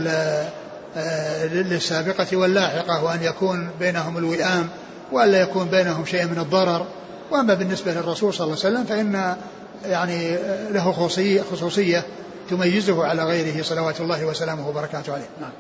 للسابقة واللاحقة، وأن يكون بينهم الوئام، وأن لا يكون بينهم شيء من الضرر. وأما بالنسبة للرسول صلى الله عليه وسلم فإن يعني له خصوصية تميزه على غيره صلوات الله وسلامه وبركاته عليه. نعم.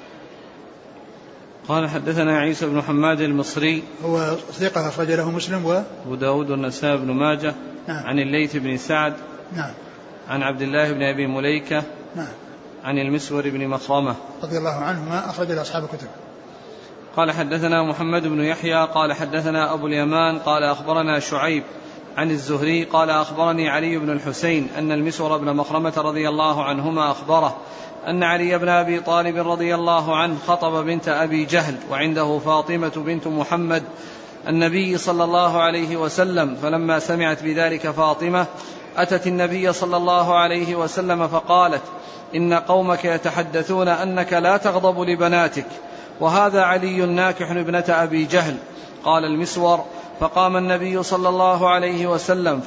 قال حدثنا عيسى بن حماد المصري، هو ثقة أخرج له مسلم وأبو داود والنسائي بن ماجه. نعم. عن الليث بن سعد. نعم. عن عبد الله بن أبي مليكة. نعم. عن المسور بن مخرمة رضي الله عنهما، أخرج له أصحاب الكتب. قال حدثنا محمد بن يحيى قال حدثنا أبو اليمان قال أخبرنا شعيب عن الزهري قال أخبرني علي بن الحسين أن المسور بن مخرمة رضي الله عنهما أخبره أن علي بن أبي طالب رضي الله عنه خطب بنت أبي جهل وعنده فاطمة بنت محمد النبي صلى الله عليه وسلم، فلما سمعت بذلك فاطمة أتت النبي صلى الله عليه وسلم فقالت: إن قومك يتحدثون أنك لا تغضب لبناتك، وهذا علي ناكح ابنة أبي جهل. قال المسور: فقام النبي صلى الله عليه وسلم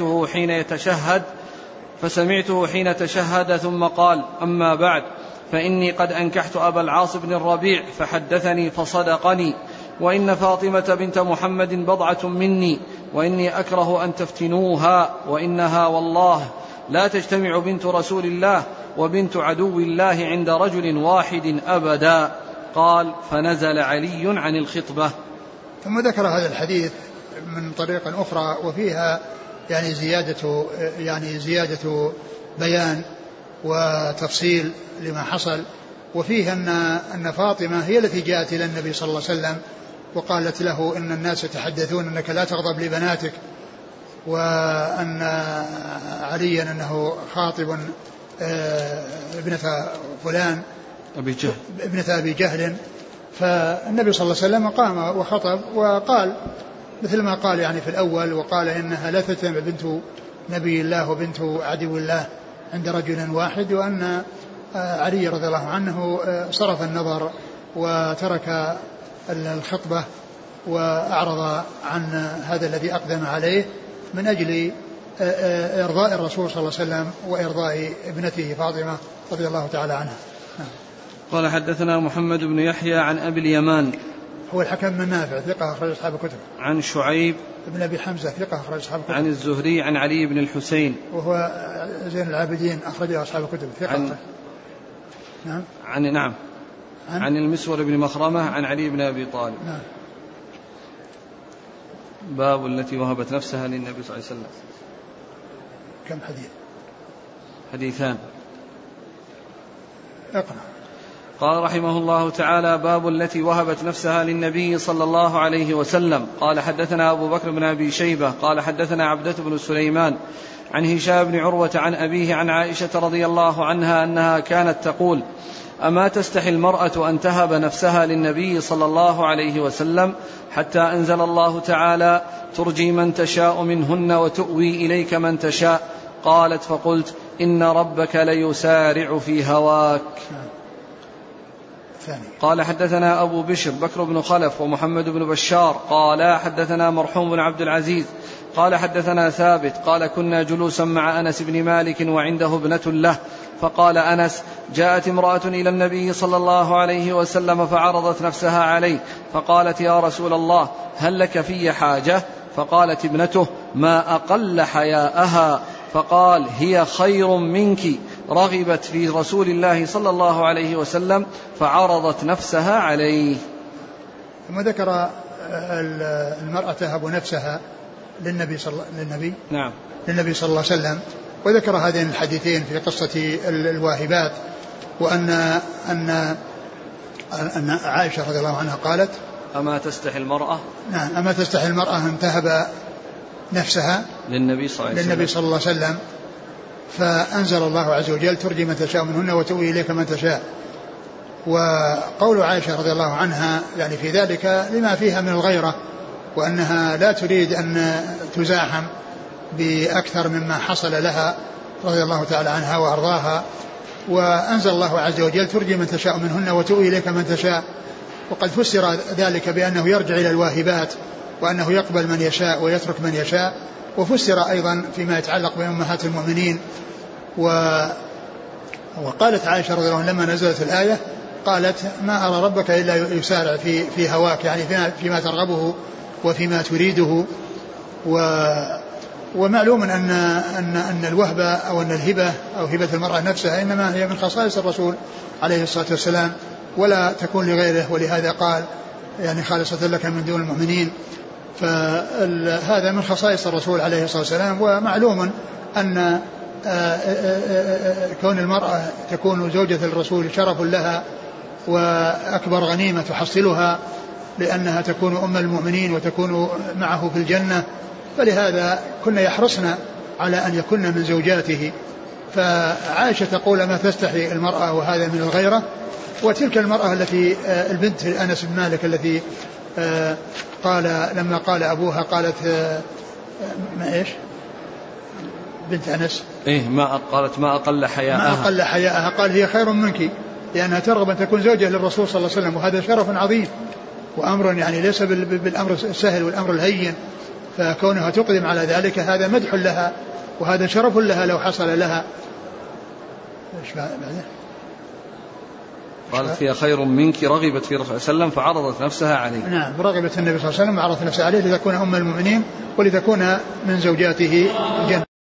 فسمعته حين تشهد ثم قال: أما بعد، فإني قد أنكحت أبا العاص بن الربيع فحدثني فصدقني، وإن فاطمة بنت محمد بضعة مني، وإني أكره أن تفتنوها، وإنها والله لا تجتمع بنت رسول الله وبنت عدو الله عند رجل واحد أبدا. قال: فنزل علي عن الخطبة. ثم ذكر هذا الحديث من طريق أخرى، وفيها يعني زيادة بيان وتفصيل لما حصل، وفيه أن فاطمة هي التي جاءت إلى النبي صلى الله عليه وسلم وقالت له: إن الناس يتحدثون أنك لا تغضب لبناتك، وأن عليا أنه خاطب ابنة فلان ابنة أبي جهل. فالنبي صلى الله عليه وسلم قام وخطب وقال مثل ما قال يعني في الأول، وقال: إنها لا تجتمع بنت نبي الله وبنت عدو الله عند رجل واحد، وأن علي رضي الله عنه صرف النظر وترك الخطبة وأعرض عن هذا الذي أقدم عليه من أجل إرضاء الرسول صلى الله عليه وسلم وإرضاء ابنته فاطمة رضي الله تعالى عنها. قال حدثنا محمد بن يحيى عن أبي اليمان، هو الحكم من نافع ثقة أخرج أصحاب الكتب. عن شعيب بن أبي حمزة ثقة أخرج أصحاب الكتب. عن الزهري عن علي بن الحسين وهو زين العابدين أخرج أصحاب الكتب ثقة. عن المسور بن مخرمة عن علي بن أبي طالب. نعم. باب التي وهبت نفسها للنبي صلى الله عليه وسلم. كم حديث؟ حديثان. اقرأ. قال رحمه الله تعالى: باب التي وهبت نفسها للنبي صلى الله عليه وسلم. قال حدثنا أبو بكر بن أبي شيبة قال حدثنا عبدة بن سليمان عن هشام بن عروة عن أبيه عن عائشة رضي الله عنها أنها كانت تقول: أما تستحي المرأة أن تهب نفسها للنبي صلى الله عليه وسلم، حتى أنزل الله تعالى: ترجي من تشاء منهن وتؤوي إليك من تشاء. قالت: فقلت: إن ربك ليسارع في هواك. قال حدثنا أبو بشر بكر بن خلف ومحمد بن بشار قال حدثنا مرحوم بن عبد العزيز قال حدثنا ثابت قال: كنا جلوسا مع أنس بن مالك وعنده ابنة له، فقال أنس: جاءت امرأة إلى النبي صلى الله عليه وسلم فعرضت نفسها عليه، فقالت: يا رسول الله، هل لك في حاجة؟ فقالت ابنته: ما أقل حياءها. فقال: هي خير منك، رغبت في رسول الله صلى الله عليه وسلم فعرضت نفسها عليه. ثم ذكر المرأة تهب نفسها للنبي صلى الله عليه وسلم، وذكر هذين الحديثين في قصة الواهبات، وأن عائشة رضي الله عنها قالت: أما تستحي المرأة. نعم أما تستحي المرأة أن تهب نفسها للنبي صلى الله عليه وسلم. فأنزل الله عز وجل ترجي من تشاء منهن وتؤوي إليك من تشاء. وقول عائشة رضي الله عنها يعني في ذلك لما فيها من الغيرة، وأنها لا تريد أن تزاحم بأكثر مما حصل لها رضي الله تعالى عنها وأرضاها. وأنزل الله عز وجل ترجي من تشاء منهن وتؤوي إليك من تشاء. وقد فسر ذلك بأنه يرجع إلى الواهبات، وأنه يقبل من يشاء ويترك من يشاء. وفسر أيضا فيما يتعلق بأمهات المؤمنين. وقالت عائشة رضي الله عنها لما نزلت الآية قالت ما أرى ربك إلا يسارع في هواك، يعني فيما ترغبه وفيما تريده. ومعلوم أن الوهبة أو أن الهبة أو هبة المرأة نفسها إنما هي من خصائص الرسول عليه الصلاة والسلام ولا تكون لغيره، ولهذا قال يعني خالصة لك من دون المؤمنين. فهذا من خصائص الرسول عليه الصلاة والسلام. ومعلوم أن كون المرأة تكون زوجة الرسول شرف لها وأكبر غنيمة تحصلها، لأنها تكون أم المؤمنين وتكون معه في الجنة. فلهذا كنا يحرصنا على أن يكون من زوجاته. فعائشة تقول ما تستحي المرأة، وهذا من الغيرة. وتلك المرأة التي البنت أنس بن مالك التي قال لما قال أبوها قالت ما إيش بنت أنس قالت ما أقل حياءها قال هي خير منك، لأنها ترغب أن تكون زوجة للرسول صلى الله عليه وسلم، وهذا شرف عظيم وأمر يعني ليس بالأمر السهل والأمر الهين. فكونها تقدم على ذلك هذا مدح لها وهذا شرف لها لو حصل لها. قالت هي خير منك، رغبت في رسول الله صلى الله عليه وسلم فعرضت نفسها عليه. نعم رغبت النبي صلى الله عليه وسلم وعرضت نفسها عليه لتكون أم المؤمنين ولتكون من زوجاته الجنة.